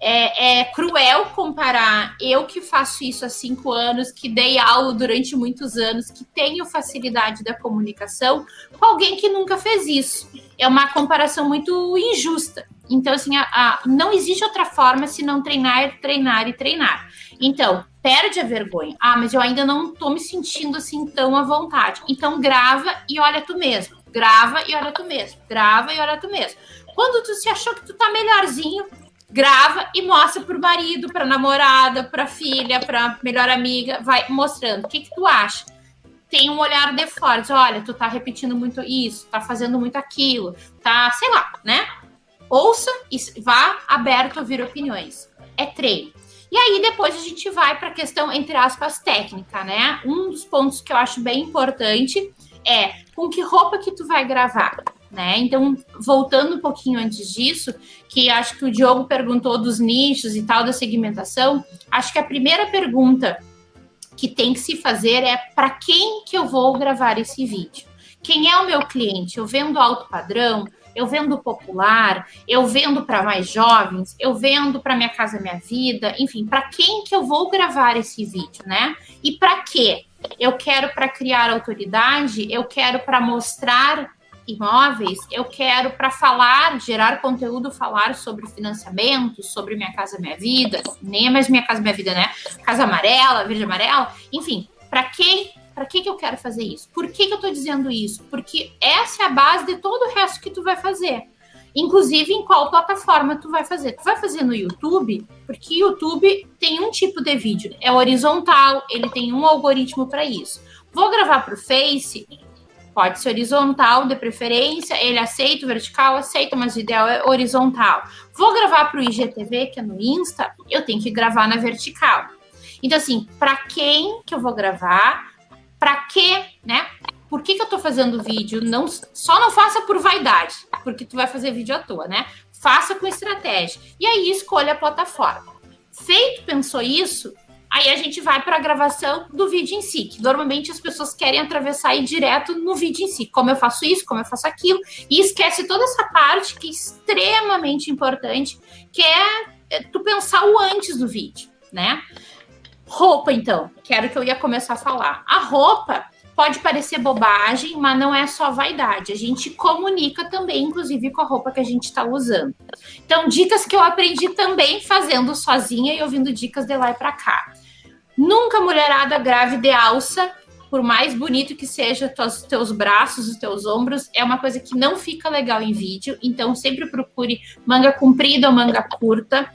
É cruel comparar eu que faço isso há 5 anos, que dei aula durante muitos anos, que tenho facilidade da comunicação, com alguém que nunca fez isso. É uma comparação muito injusta. Então, assim, não existe outra forma se não treinar, treinar e treinar. Então, perde a vergonha. Mas eu ainda não tô me sentindo assim tão à vontade. Então, grava e olha tu mesmo. Grava e olha tu mesmo. Grava e olha tu mesmo. Quando tu se achou que tu tá melhorzinho, grava e mostra pro marido, pra namorada, pra filha, pra melhor amiga. Vai mostrando. O que tu acha? Tem um olhar de fora. Diz, olha, tu tá repetindo muito isso, tá fazendo muito aquilo, tá, sei lá, né? Ouça e vá aberto a ouvir opiniões. É treino. E aí depois a gente vai para a questão, entre aspas, técnica, né? Um dos pontos que eu acho bem importante é com que roupa que tu vai gravar, né? Então, voltando um pouquinho antes disso, que acho que o Diogo perguntou dos nichos e tal, da segmentação, acho que a primeira pergunta que tem que se fazer é para quem que eu vou gravar esse vídeo? Quem é o meu cliente? Eu vendo alto padrão? Eu vendo popular, eu vendo para mais jovens, eu vendo para Minha Casa Minha Vida, enfim, para quem que eu vou gravar esse vídeo, né? E para quê? Eu quero para criar autoridade, eu quero para mostrar imóveis, eu quero para falar, gerar conteúdo, falar sobre financiamento, sobre Minha Casa Minha Vida, nem é mais Minha Casa Minha Vida, né? Casa Amarela, Verde Amarela, enfim, para quem... Para que eu quero fazer isso? Por que eu estou dizendo isso? Porque essa é a base de todo o resto que tu vai fazer. Inclusive, em qual plataforma tu vai fazer. Tu vai fazer no YouTube, porque o YouTube tem um tipo de vídeo. É horizontal, ele tem um algoritmo para isso. Vou gravar para o Face, pode ser horizontal, de preferência. Ele aceita o vertical, aceita, mas o ideal é horizontal. Vou gravar para o IGTV, que é no Insta, eu tenho que gravar na vertical. Então, assim, para quem que eu vou gravar? Para quê, né? Por que eu tô fazendo vídeo? Só não faça por vaidade, porque tu vai fazer vídeo à toa, né? Faça com estratégia. E aí escolha a plataforma. Feito, pensou isso, Aí a gente vai para a gravação do vídeo em si, que normalmente as pessoas querem atravessar e ir direto no vídeo em si. Como eu faço isso, como eu faço aquilo, e esquece toda essa parte que é extremamente importante, que é tu pensar o antes do vídeo, né? Roupa, então, que era o que eu ia começar a falar. A roupa pode parecer bobagem, mas não é só vaidade. A gente comunica também, inclusive, com a roupa que a gente está usando. Então, dicas que eu aprendi também fazendo sozinha e ouvindo dicas de lá e pra cá. Nunca mulherada grave de alça, por mais bonito que seja os teus braços, os teus ombros, é uma coisa que não fica legal em vídeo, então sempre procure manga comprida ou manga curta.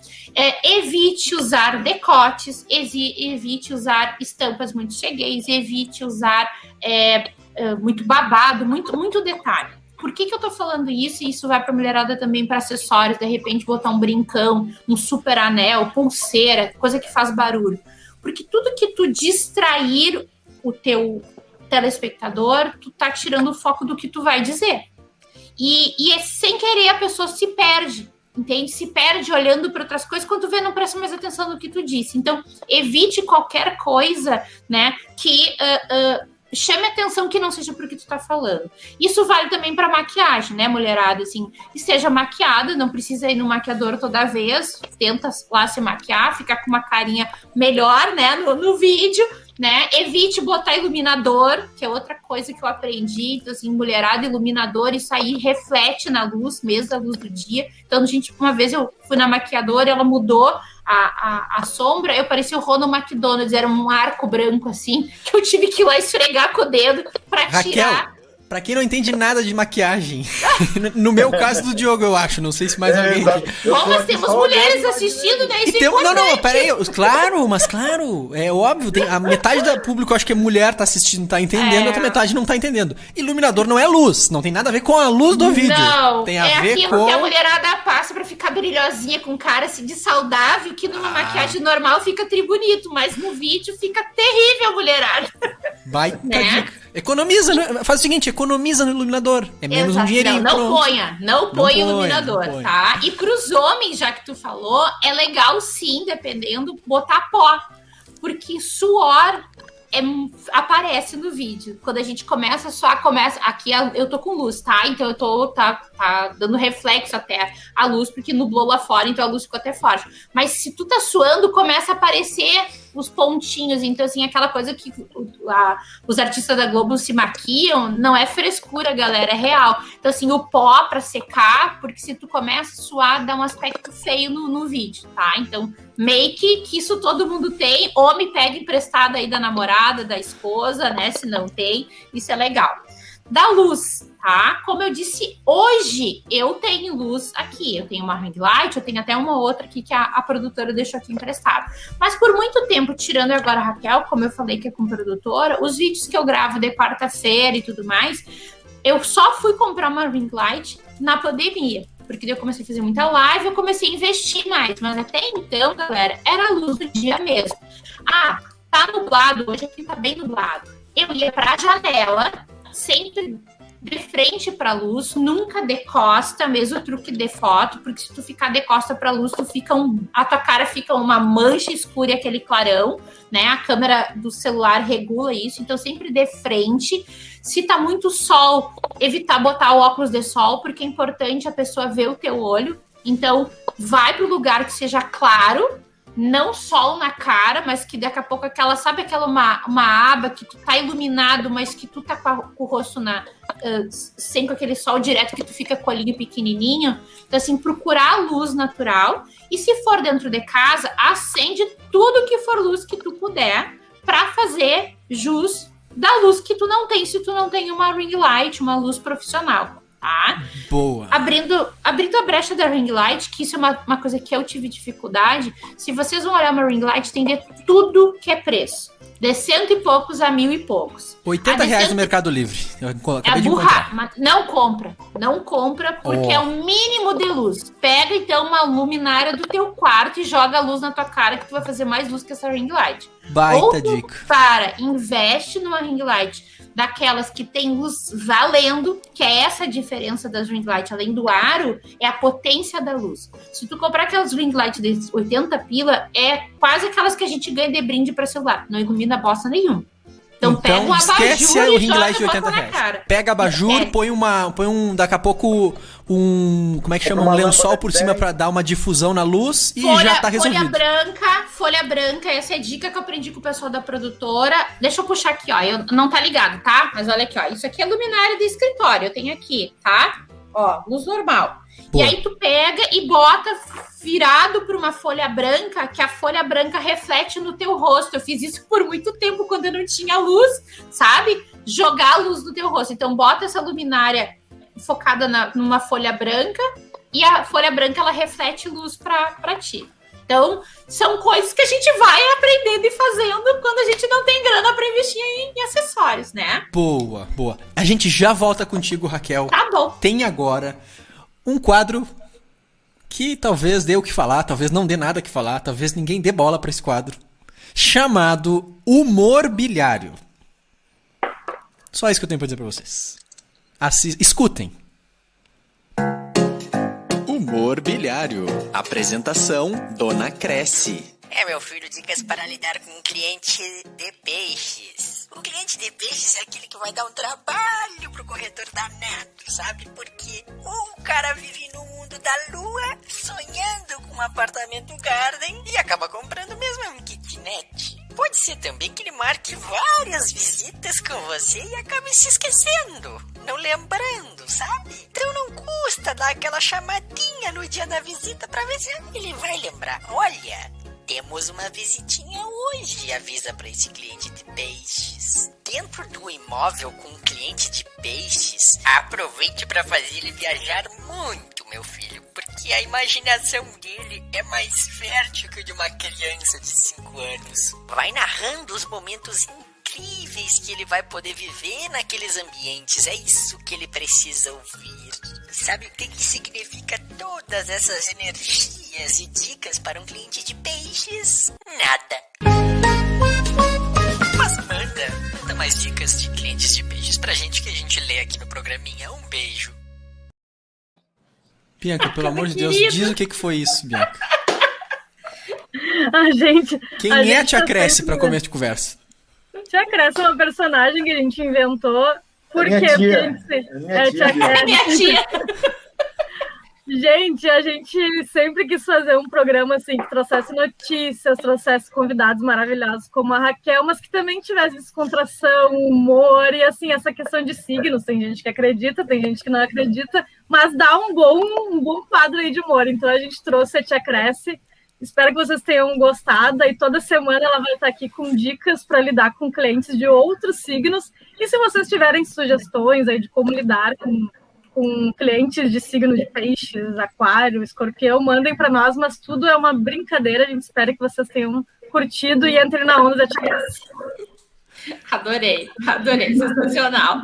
Evite usar decotes, evite usar estampas muito chegueiras, evite usar muito babado, muito detalhe. Por que eu tô falando isso? E isso vai pra mulherada também para acessórios, de repente botar um brincão, um super anel, pulseira, coisa que faz barulho. Porque tudo que tu distrair o teu telespectador, tu tá tirando o foco do que tu vai dizer. E sem querer a pessoa se perde, entende? Se perde olhando para outras coisas, quando tu vê, não presta mais atenção no que tu disse. Então, evite qualquer coisa, né, que chame atenção que não seja pro que tu tá falando. Isso vale também para maquiagem, né, mulherada? Assim, esteja maquiada, não precisa ir no maquiador toda vez, tenta lá se maquiar, ficar com uma carinha melhor, né, no vídeo, né? Evite botar iluminador, que é outra coisa que eu aprendi. Então, assim, mulherada, iluminador, isso aí reflete na luz, mesmo a luz do dia. Então, gente, uma vez eu fui na maquiadora, ela mudou a sombra, eu parecia o Ronald McDonald, era um arco branco, assim, que eu tive que ir lá esfregar com o dedo pra tirar. Pra quem não entende nada de maquiagem, no meu caso do Diogo, eu acho, não sei se mais alguém... Bom, nós temos mulheres assistindo, né? Isso não, peraí, claro, é óbvio, a metade do público, acho que é mulher, tá assistindo, tá entendendo, a outra metade não tá entendendo. Iluminador não é luz, não tem nada a ver com a luz do vídeo. Não, tem a ver aquilo que a mulherada passa pra ficar brilhosinha, com cara assim de saudável, que numa maquiagem normal fica tribunito, mas no vídeo fica terrível, mulherada. Baita dica. Economiza, faz o seguinte, economiza no iluminador. É menos um dinheirinho. Não põe iluminador, tá? E pros homens, já que tu falou, é legal sim, dependendo, botar pó. Porque suor aparece no vídeo. Quando a gente começa a suar, aqui eu tô com luz, tá? Então eu tô tá dando reflexo até a luz, porque nublou lá fora, então a luz ficou até forte. Mas se tu tá suando, começa a aparecer os pontinhos. Então, assim, aquela coisa que os artistas da Globo se maquiam, não é frescura, galera, é real. Então, assim, o pó pra secar, porque se tu começa a suar, dá um aspecto feio no vídeo, tá? Então, make, que isso todo mundo tem. Homem pega emprestado aí da namorada, da esposa, né? Se não tem, isso é legal. Da luz, tá? Como eu disse, hoje eu tenho luz aqui. Eu tenho uma ring light, eu tenho até uma outra aqui que a produtora deixou aqui emprestada. Mas por muito tempo, tirando agora a Raquel, como eu falei que é com produtora, os vídeos que eu gravo de quarta-feira e tudo mais, eu só fui comprar uma ring light na pandemia. Porque daí eu comecei a fazer muita live, eu comecei a investir mais. Mas até então, galera, era a luz do dia mesmo. Tá nublado, hoje aqui tá bem nublado. Eu ia pra janela, sempre de frente para a luz, nunca de costa, mesmo truque de foto, porque se tu ficar de costa para a luz, a tua cara fica uma mancha escura e aquele clarão, né? A câmera do celular regula isso, então sempre de frente. Se tá muito sol, evitar botar o óculos de sol, porque é importante a pessoa ver o teu olho. Então, vai para o lugar que seja claro, não sol na cara, mas que daqui a pouco sabe aquela uma aba que tu tá iluminado, mas que tu tá com o rosto sem com aquele sol direto, que tu fica com o olhinho pequenininho. Então, assim, procurar a luz natural. E se for dentro de casa, acende tudo que for luz que tu puder pra fazer jus da luz que tu não tem, se tu não tem uma ring light, uma luz profissional. Tá? Boa. Abrindo a brecha da ring light, que isso é uma coisa que eu tive dificuldade. Se vocês vão olhar uma ring light, tem de tudo que é preço. De 100 e poucos a 1.000 e poucos. R$80 no Mercado Livre. Eu acabei de burrar, mas não compra, porque é o mínimo de luz. Pega, então, uma luminária do teu quarto e joga a luz na tua cara, que tu vai fazer mais luz que essa ring light. Baita dica. Investe numa ring light daquelas que tem luz valendo, que é essa a diferença das ring light, além do aro, é a potência da luz. Se tu comprar aquelas ring light de 80 pila, é quase aquelas que a gente ganha de brinde para celular, não ilumina bosta nenhuma. Então pega um esquece abajur o ring light de 80 reais. Pega abajur, põe um, daqui a pouco, como é que chama? Um lençol por cima pra dar uma difusão na luz e já tá resolvido. Folha branca, essa é a dica que eu aprendi com o pessoal da produtora. Deixa eu puxar aqui, ó, não tá ligado, tá? Mas olha aqui, ó, isso aqui é luminária de escritório, eu tenho aqui, tá? Ó, luz normal. Pô. E aí tu pega e bota virado para uma folha branca, que a folha branca reflete no teu rosto. Eu fiz isso por muito tempo quando eu não tinha luz, sabe? Jogar a luz no teu rosto. Então bota essa luminária focada numa folha branca e a folha branca ela reflete luz para ti. Então, são coisas que a gente vai aprendendo e fazendo quando a gente não tem grana para investir em acessórios, né? Boa, boa. A gente já volta contigo, Raquel. Tá bom. Tem agora um quadro que talvez dê o que falar, talvez não dê nada que falar, talvez ninguém dê bola para esse quadro, chamado Humor Bilhário. Só isso que eu tenho para dizer para vocês. Escutem. Humor Bilhário. Apresentação, Dona Cresce. Meu filho, dicas para lidar com um cliente de peixes. Um cliente de peixes é aquele que vai dar um trabalho pro corretor danado, sabe? Porque o cara vive no mundo da lua, sonhando com um apartamento garden e acaba comprando mesmo um kitnet. Pode ser também que ele marque várias visitas com você e acabe se esquecendo, não lembrando, sabe? Então não custa dar aquela chamadinha no dia da visita pra ver se ele vai lembrar. Olha, temos uma visitinha hoje, avisa para esse cliente de peixes. Dentro do imóvel com um cliente de peixes, aproveite para fazer ele viajar muito, meu filho, porque a imaginação dele é mais fértil que a de uma criança de 5 anos. Vai narrando os momentos incríveis que ele vai poder viver naqueles ambientes. É isso que ele precisa ouvir. Sabe o que significa todas essas energias e dicas para um cliente de peixes? Nada. Mas manda mais dicas de clientes de peixes pra gente que a gente lê aqui no programinha. Um beijo. Bianca, pelo amor de Deus, diz o que foi isso, Bianca. Quem é a Tia Cresce pra começo de conversa? Tia Cresce é uma personagem que a gente inventou. Por quê? É minha tia. Gente, a gente sempre quis fazer um programa assim que trouxesse notícias, trouxesse convidados maravilhosos como a Raquel, mas que também tivesse descontração, humor e assim, essa questão de signos. Tem gente que acredita, tem gente que não acredita, mas dá um bom quadro aí de humor. Então a gente trouxe a Tia Cresce. Espero que vocês tenham gostado. E toda semana ela vai estar aqui com dicas para lidar com clientes de outros signos. E se vocês tiverem sugestões aí de como lidar com clientes de signo de peixes, aquário, escorpião, mandem para nós, mas tudo é uma brincadeira. A gente espera que vocês tenham curtido e entrem na onda da Tia Cresce. Adorei, sensacional.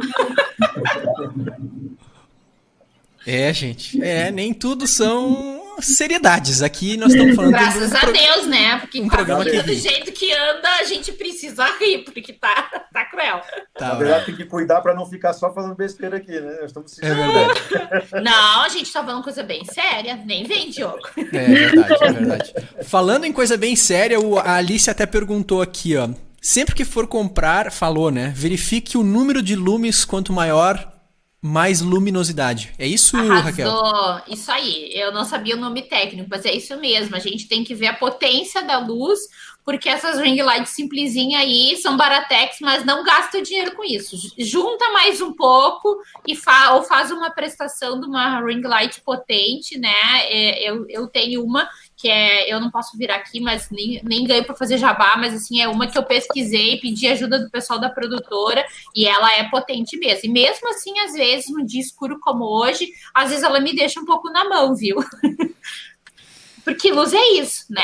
Gente, nem tudo são seriedades. Aqui nós estamos falando... Graças a Deus, né? Porque programa do jeito que anda, a gente precisa rir, porque tá cruel. Na verdade, tem que cuidar para não ficar só falando besteira aqui, né? Nós estamos É verdade. Não, a gente tá falando coisa bem séria. Nem vem, Diogo. É verdade. Falando em coisa bem séria, a Alice até perguntou aqui, ó. Sempre que for comprar, falou, né? Verifique o número de lumes, quanto maior, mais luminosidade. É isso, Arrasou. Raquel? Isso aí. Eu não sabia o nome técnico, mas é isso mesmo. A gente tem que ver a potência da luz, porque essas ring lights simplesinhas aí são baratex, mas não gasta dinheiro com isso. Junta mais um pouco ou faz uma prestação de uma ring light potente, né? Eu tenho uma que eu não posso virar aqui, mas nem ganho para fazer jabá, mas assim, é uma que eu pesquisei, pedi ajuda do pessoal da produtora, e ela é potente mesmo. E mesmo assim, às vezes, num dia escuro como hoje, às vezes ela me deixa um pouco na mão, viu? Porque luz é isso, né?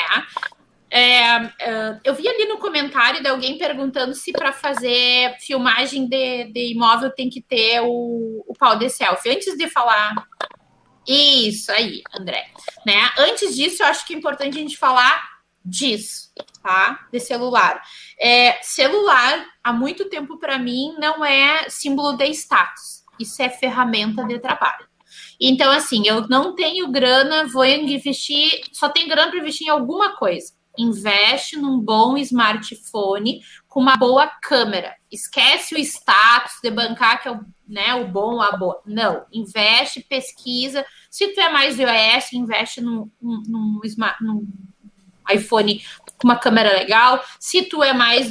Eu vi ali no comentário de alguém perguntando se para fazer filmagem de imóvel tem que ter o pau de selfie. Antes de falar... Isso aí, André. Né? Antes disso, eu acho que é importante a gente falar disso, tá? De celular. Celular, há muito tempo para mim, não é símbolo de status. Isso é ferramenta de trabalho. Então, assim, eu não tenho grana, vou investir, só tenho grana para investir em alguma coisa. Investe num bom smartphone com uma boa câmera. Esquece o status de bancar, que é o bom, a boa. Não, investe, pesquisa. Se tu é mais do iOS, investe num iPhone com uma câmera legal. Se tu é mais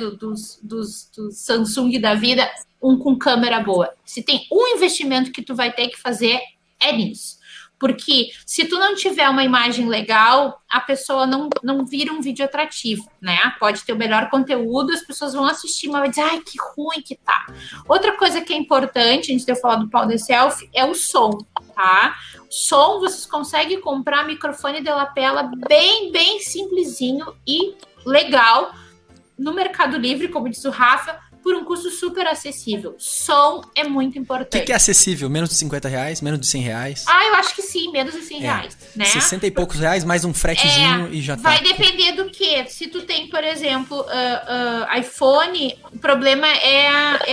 dos Samsung da vida, um com câmera boa. Se tem um investimento que tu vai ter que fazer, é nisso. Porque se tu não tiver uma imagem legal, a pessoa não vira um vídeo atrativo, né? Pode ter o melhor conteúdo, as pessoas vão assistir, mas vai dizer, ai, que ruim que tá. Outra coisa que é importante, a gente tem falado do pau de selfie, é o som, tá? Som, vocês conseguem comprar microfone de lapela bem, bem simplesinho e legal no Mercado Livre, como diz o Rafa, por um custo super acessível. Som é muito importante. O que é acessível? Menos de R$50? Menos de R$100? Eu acho que sim, menos de R$100, né? 60 e poucos reais, mais um fretezinho e já tá. Vai depender do que. Se tu tem, por exemplo, iPhone, o problema é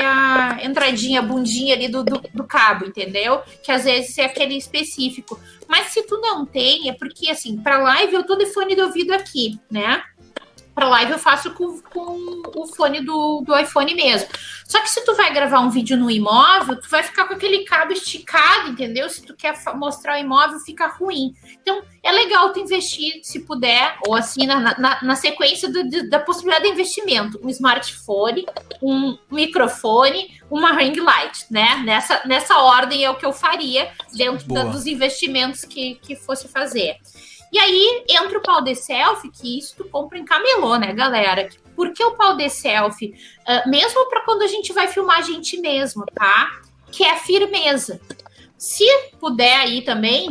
a entradinha, a bundinha ali do cabo, entendeu? Que às vezes é aquele específico. Mas se tu não tem, é porque, assim, pra live eu tô de fone de ouvido aqui, né? Para live eu faço com o fone do iPhone mesmo. Só que se tu vai gravar um vídeo no imóvel, tu vai ficar com aquele cabo esticado, entendeu? Se tu quer mostrar o imóvel, fica ruim. Então, é legal tu investir, se puder, ou assim, na sequência da possibilidade de investimento. Um smartphone, um microfone, uma ring light, né? Nessa ordem é o que eu faria dentro dos investimentos que fosse fazer. E aí entra o pau de selfie, que isso tu compra em camelô, né, galera? Por que o pau de selfie? Mesmo para quando a gente vai filmar a gente mesmo, tá? Que é a firmeza. Se puder aí também,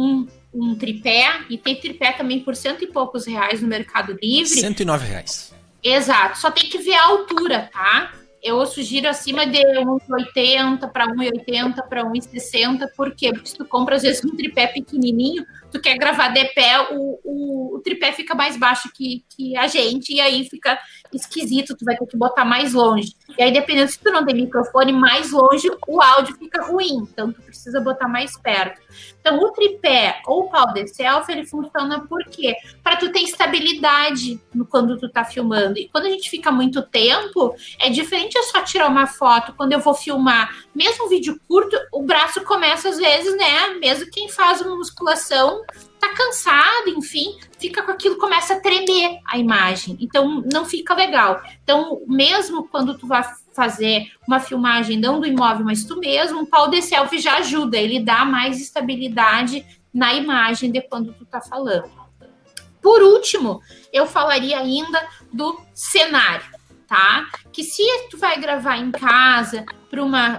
um tripé, e tem tripé também por R$100 e poucos no Mercado Livre. R$109. Exato, só tem que ver a altura, tá? Eu sugiro acima de 1,80 para 1,80 para 1,60. Por quê? Porque se tu compra, às vezes, um tripé pequenininho, tu quer gravar de pé, o tripé fica mais baixo que a gente, e aí fica esquisito, tu vai ter que botar mais longe. E aí, dependendo se tu não tem microfone, mais longe o áudio fica ruim, então tu precisa botar mais perto. Então, o tripé ou o pau de selfie, ele funciona por quê? Para tu ter estabilidade quando tu tá filmando. E quando a gente fica muito tempo, é diferente só tirar uma foto. Quando eu vou filmar, mesmo um vídeo curto, o braço começa às vezes, né? Mesmo quem faz uma musculação tá cansado, enfim, fica com aquilo, começa a tremer a imagem. Então, não fica legal. Então, mesmo quando tu vai fazer uma filmagem não do imóvel, mas tu mesmo, um pau de selfie já ajuda. Ele dá mais estabilidade na imagem de quando tu tá falando. Por último, eu falaria ainda do cenário, tá? Que se tu vai gravar em casa para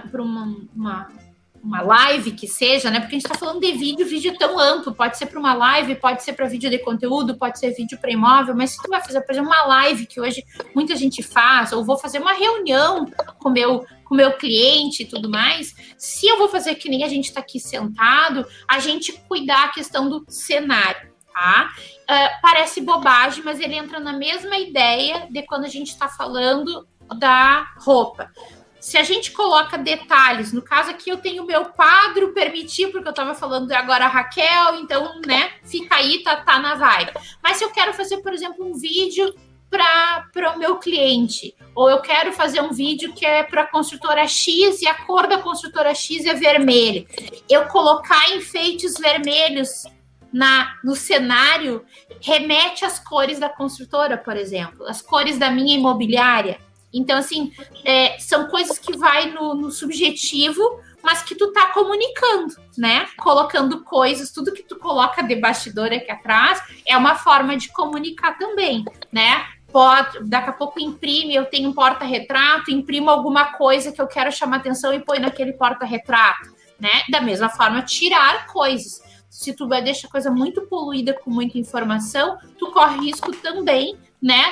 uma live que seja, né? Porque a gente tá falando de vídeo é tão amplo, pode ser para uma live, pode ser para vídeo de conteúdo, pode ser vídeo para imóvel, mas se tu vai fazer, por exemplo, uma live que hoje muita gente faz, ou vou fazer uma reunião com meu cliente e tudo mais, se eu vou fazer que nem a gente tá aqui sentado, a gente cuidar a questão do cenário, tá? Parece bobagem, mas ele entra na mesma ideia de quando a gente tá falando da roupa. Se a gente coloca detalhes, no caso aqui eu tenho o meu quadro permitir, porque eu estava falando agora a Raquel, então, né, fica aí, tá na vibe. Mas se eu quero fazer, por exemplo, um vídeo para o meu cliente, ou eu quero fazer um vídeo que é para a construtora X e a cor da construtora X é vermelha, eu colocar enfeites vermelhos no cenário remete às cores da construtora, por exemplo, as cores da minha imobiliária. Então, assim, são coisas que vai no subjetivo, mas que tu tá comunicando, né? Colocando coisas, tudo que tu coloca de bastidor aqui atrás é uma forma de comunicar também, né? Daqui a pouco imprime, eu tenho um porta-retrato, imprimo alguma coisa que eu quero chamar atenção e põe naquele porta-retrato, né? Da mesma forma, tirar coisas. Se tu vai deixar coisa muito poluída com muita informação, tu corre risco também, né?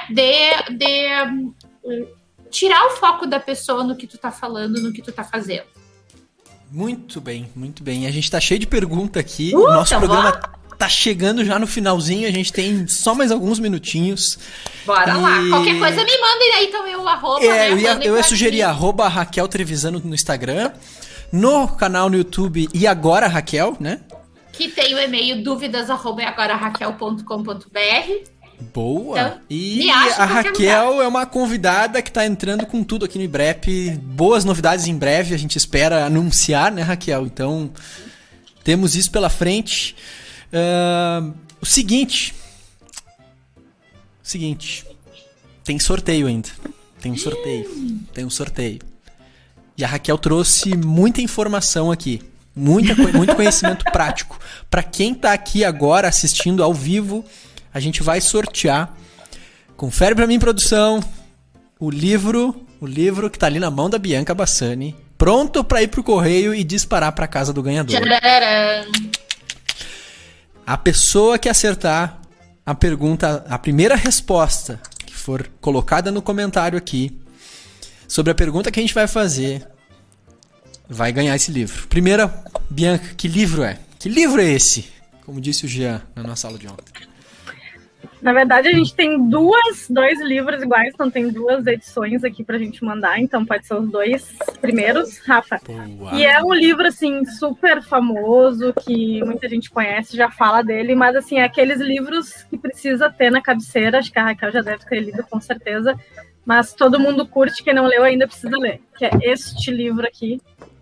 De tirar o foco da pessoa no que tu tá falando, no que tu tá fazendo. Muito bem, muito bem. A gente tá cheio de pergunta aqui. O nosso programa tá chegando já no finalzinho, a gente tem só mais alguns minutinhos. Bora lá. Qualquer coisa me mandem aí também o arroba. Eu ia sugerir arroba Raquel Trevisano no Instagram, no canal no YouTube e agora Raquel, né? Que tem o e-mail dúvidas@agoraraquel.com.br. Boa! Então, e a Raquel é uma convidada que tá entrando com tudo aqui no IBREP. Boas novidades em breve, a gente espera anunciar, né, Raquel? Então, temos isso pela frente. O seguinte, tem sorteio ainda. Tem um sorteio. E a Raquel trouxe muita informação aqui. Muito conhecimento prático. Para quem tá aqui agora assistindo ao vivo, a gente vai sortear. Confere pra mim, produção, o livro que tá ali na mão da Bianca Bassani, pronto pra ir pro correio e disparar pra casa do ganhador. Tcharam! A pessoa que acertar a pergunta, a primeira resposta que for colocada no comentário aqui, sobre a pergunta que a gente vai fazer, vai ganhar esse livro. Primeira, Bianca, que livro é? Que livro é esse? Como disse o Jean na nossa aula de ontem. Na verdade, a gente tem dois livros iguais, então tem 2 edições aqui pra gente mandar, então pode ser os 2 primeiros, Rafa. Boa. E é um livro, assim, super famoso, que muita gente conhece, já fala dele, mas, assim, é aqueles livros que precisa ter na cabeceira, acho que a Raquel já deve ter lido, com certeza, mas todo mundo curte, quem não leu ainda precisa ler, que é este livro aqui.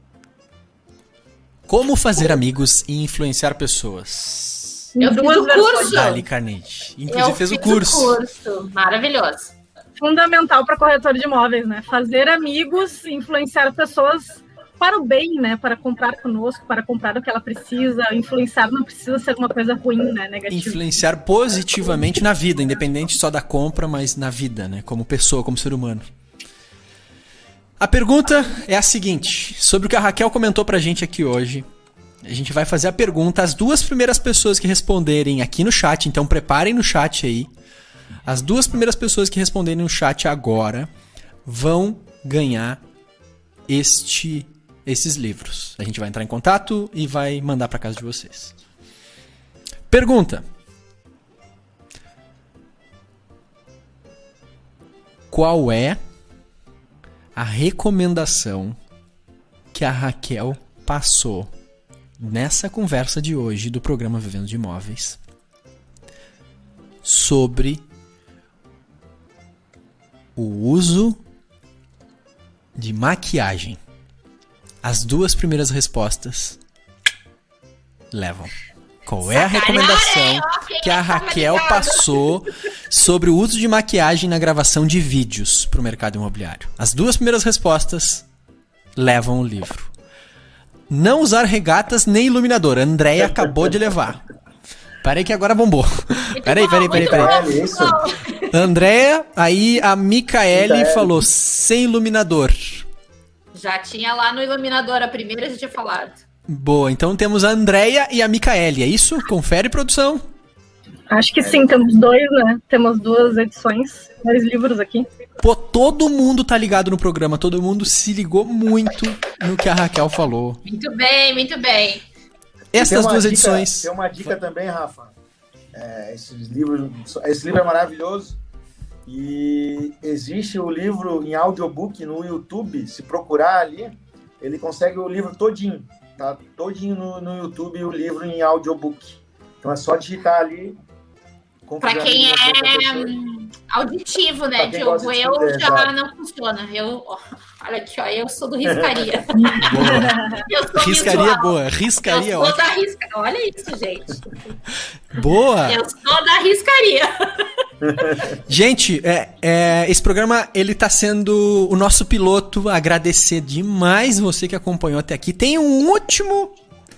Como fazer amigos e influenciar pessoas. Eu fiz o curso. Dali Carnegie. Inclusive fez o curso. Maravilhoso. Fundamental para corretor de imóveis, né? Fazer amigos, influenciar pessoas para o bem, né? Para comprar conosco, para comprar o que ela precisa. Influenciar não precisa ser uma coisa ruim, né? Negativa. Influenciar positivamente na vida, independente só da compra, mas na vida, né? Como pessoa, como ser humano. A pergunta é a seguinte, sobre o que a Raquel comentou pra gente aqui hoje. A gente vai fazer a pergunta, as 2 primeiras pessoas que responderem aqui no chat, então preparem no chat aí. As 2 primeiras pessoas que responderem no chat agora vão ganhar esses livros. A gente vai entrar em contato e vai mandar para casa de vocês. Pergunta. Qual é a recomendação que a Raquel passou nessa conversa de hoje do programa Vivendo de Imóveis sobre o uso de maquiagem? As 2 primeiras respostas levam. Qual é a recomendação que a Raquel passou sobre o uso de maquiagem na gravação de vídeos para o mercado imobiliário? As 2 primeiras respostas levam o livro. Não usar regatas nem iluminador. A Andréia acabou de levar. Peraí que agora bombou. Peraí. Andréia, aí a Micaele falou sem iluminador. Já tinha lá no iluminador, a primeira já tinha falado. Boa, então temos a Andréia e a Micaele, é isso? Confere, produção. Acho que sim, temos 2, né? Temos 2 edições, 2 livros aqui. Pô, todo mundo tá ligado no programa, todo mundo se ligou muito no que a Raquel falou. Muito bem, muito bem. Essas 2 edições. Tem uma dica também, Rafa. Esse livro é maravilhoso. E existe o livro em audiobook no YouTube. Se procurar ali, ele consegue o livro todinho. Tá todinho no YouTube o livro em audiobook. Então é só digitar ali. Para quem é auditivo, né, Diogo? Eu já não funciona. Olha aqui, ó, eu sou do Riscaria. Riscaria boa, Riscaria ótimo. Olha isso, gente. Boa! Eu sou da Riscaria. Gente, esse programa ele tá sendo o nosso piloto. Agradecer demais você que acompanhou até aqui. Tem um último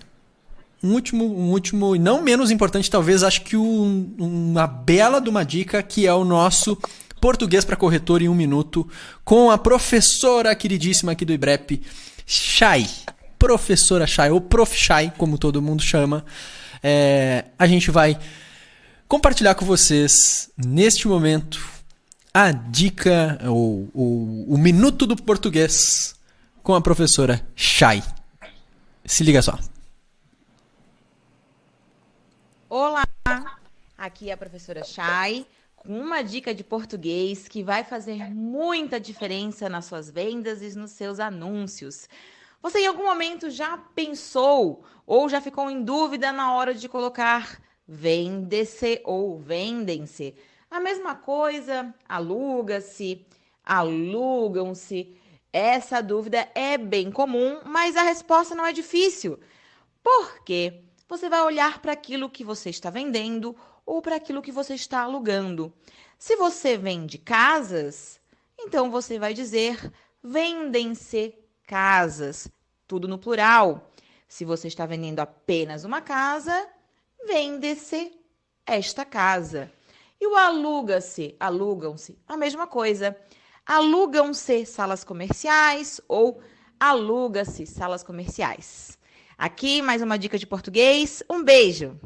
e não menos importante, talvez, acho que uma bela de uma dica, que é o nosso Português para Corretor em 1 minuto, com a professora queridíssima aqui do IBREP, Chay. Professora Chay, ou Prof. Chay, como todo mundo chama. A gente vai compartilhar com vocês, neste momento, a dica, o minuto do português, com a professora Chay. Se liga só. Olá, aqui é a professora Chay, com uma dica de português que vai fazer muita diferença nas suas vendas e nos seus anúncios. Você em algum momento já pensou ou já ficou em dúvida na hora de colocar vende-se ou vendem-se? A mesma coisa, aluga-se, alugam-se. Essa dúvida é bem comum, mas a resposta não é difícil. Por quê? Você vai olhar para aquilo que você está vendendo ou para aquilo que você está alugando. Se você vende casas, então você vai dizer vendem-se casas, tudo no plural. Se você está vendendo apenas uma casa, vende-se esta casa. E o aluga-se, alugam-se, a mesma coisa. Alugam-se salas comerciais ou aluga-se salas comerciais. Aqui, mais uma dica de português. Um beijo!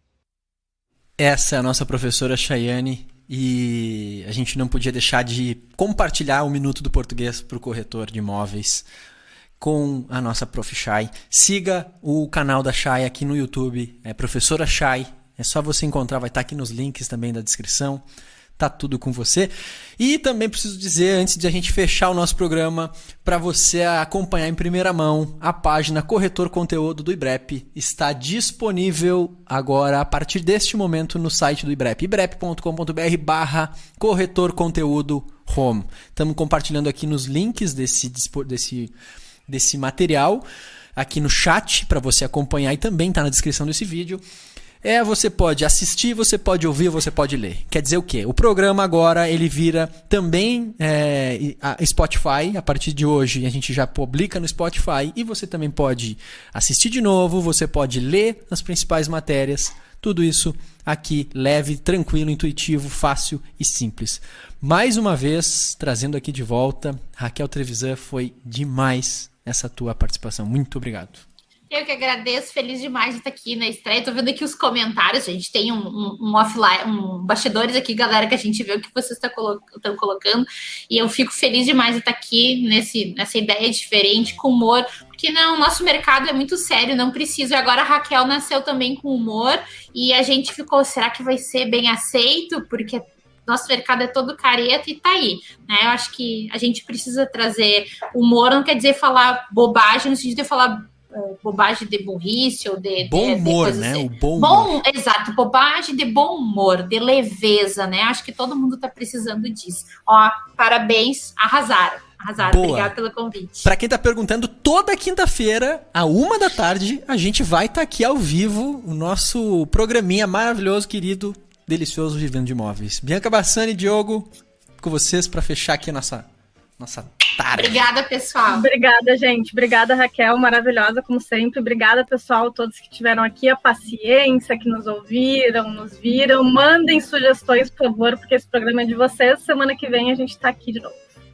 Essa é a nossa professora Chayane e a gente não podia deixar de compartilhar um minuto do português para o corretor de imóveis com a nossa Prof. Chay. Siga o canal da Chay aqui no YouTube, é Professora Chay. É só você encontrar, vai estar aqui nos links também da descrição. Tá tudo com você. E também preciso dizer, antes de a gente fechar o nosso programa, para você acompanhar em primeira mão, a página Corretor Conteúdo do IBREP está disponível agora, a partir deste momento, no site do IBREP, ibrep.com.br/corretor conteúdo home. Estamos compartilhando aqui nos links desse material, aqui no chat, para você acompanhar, e também está na descrição desse vídeo. Você pode assistir, você pode ouvir, você pode ler. Quer dizer o quê? O programa agora ele vira também Spotify. A partir de hoje a gente já publica no Spotify e você também pode assistir de novo, você pode ler as principais matérias. Tudo isso aqui leve, tranquilo, intuitivo, fácil e simples. Mais uma vez, trazendo aqui de volta, Raquel Trevisan, foi demais essa tua participação. Muito obrigado. Eu que agradeço, feliz demais de estar aqui na estreia. Tô vendo aqui os comentários, a gente tem um offline, bastidores aqui, galera, que a gente vê o que vocês estão colocando. E eu fico feliz demais de estar aqui nessa ideia diferente, com humor, porque o nosso mercado é muito sério, não precisa. E agora a Raquel nasceu também com humor e a gente ficou, será que vai ser bem aceito? Porque nosso mercado é todo careta e tá aí, né? Eu acho que a gente precisa trazer humor, não quer dizer falar bobagem, no sentido de falar bobagem de burrice ou de bom humor, de né? Assim. O bom humor. Exato, bobagem de bom humor, de leveza, né? Acho que todo mundo tá precisando disso. Ó, parabéns, arrasaram. Obrigada pelo convite. Para quem tá perguntando, toda quinta-feira, à 13h, a gente vai estar aqui ao vivo, o nosso programinha maravilhoso, querido, delicioso Vivendo de Imóveis. Bianca Bassani e Diogo, com vocês para fechar aqui a nossa tarde. Obrigada, pessoal. Obrigada, gente. Obrigada, Raquel, maravilhosa, como sempre. Obrigada, pessoal, todos que estiveram aqui, a paciência, que nos ouviram, nos viram. Mandem sugestões, por favor, porque esse programa é de vocês. Semana que vem a gente está aqui de novo.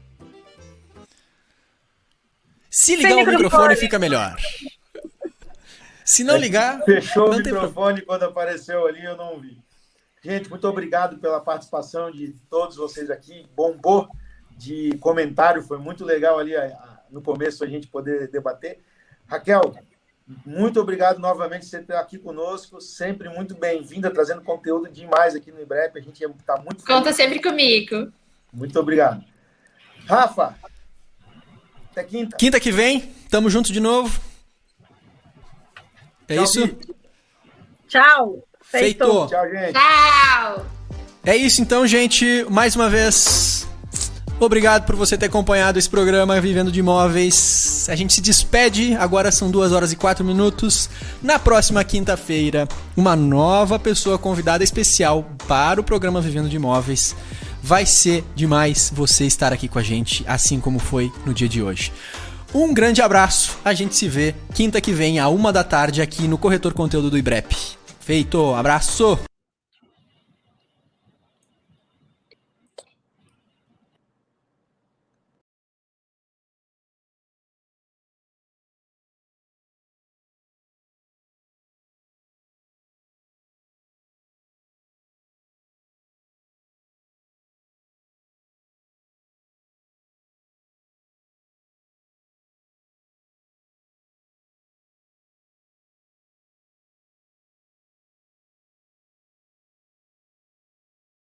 Se ligar o microfone, fica melhor. Se não ligar... Fechou o microfone quando apareceu ali, eu não vi. Gente, muito obrigado pela participação de todos vocês aqui. Bombou de comentário, foi muito legal ali no começo a gente poder debater. Raquel, muito obrigado novamente por você estar aqui conosco, sempre muito bem-vinda, trazendo conteúdo demais aqui no IBREP, a gente está muito feliz. Conta sempre comigo. Muito obrigado. Rafa, até quinta. Quinta que vem, tamo junto de novo. É tchau, isso? Tchau. Feito. Tchau, gente. Tchau. É isso então, gente, mais uma vez... Obrigado por você ter acompanhado esse programa Vivendo de Imóveis. A gente se despede, agora são 2h04. Na próxima quinta-feira, uma nova pessoa convidada especial para o programa Vivendo de Imóveis. Vai ser demais você estar aqui com a gente, assim como foi no dia de hoje. Um grande abraço, a gente se vê quinta que vem, à 13h, aqui no Corretor Conteúdo do IBREP. Feito, abraço!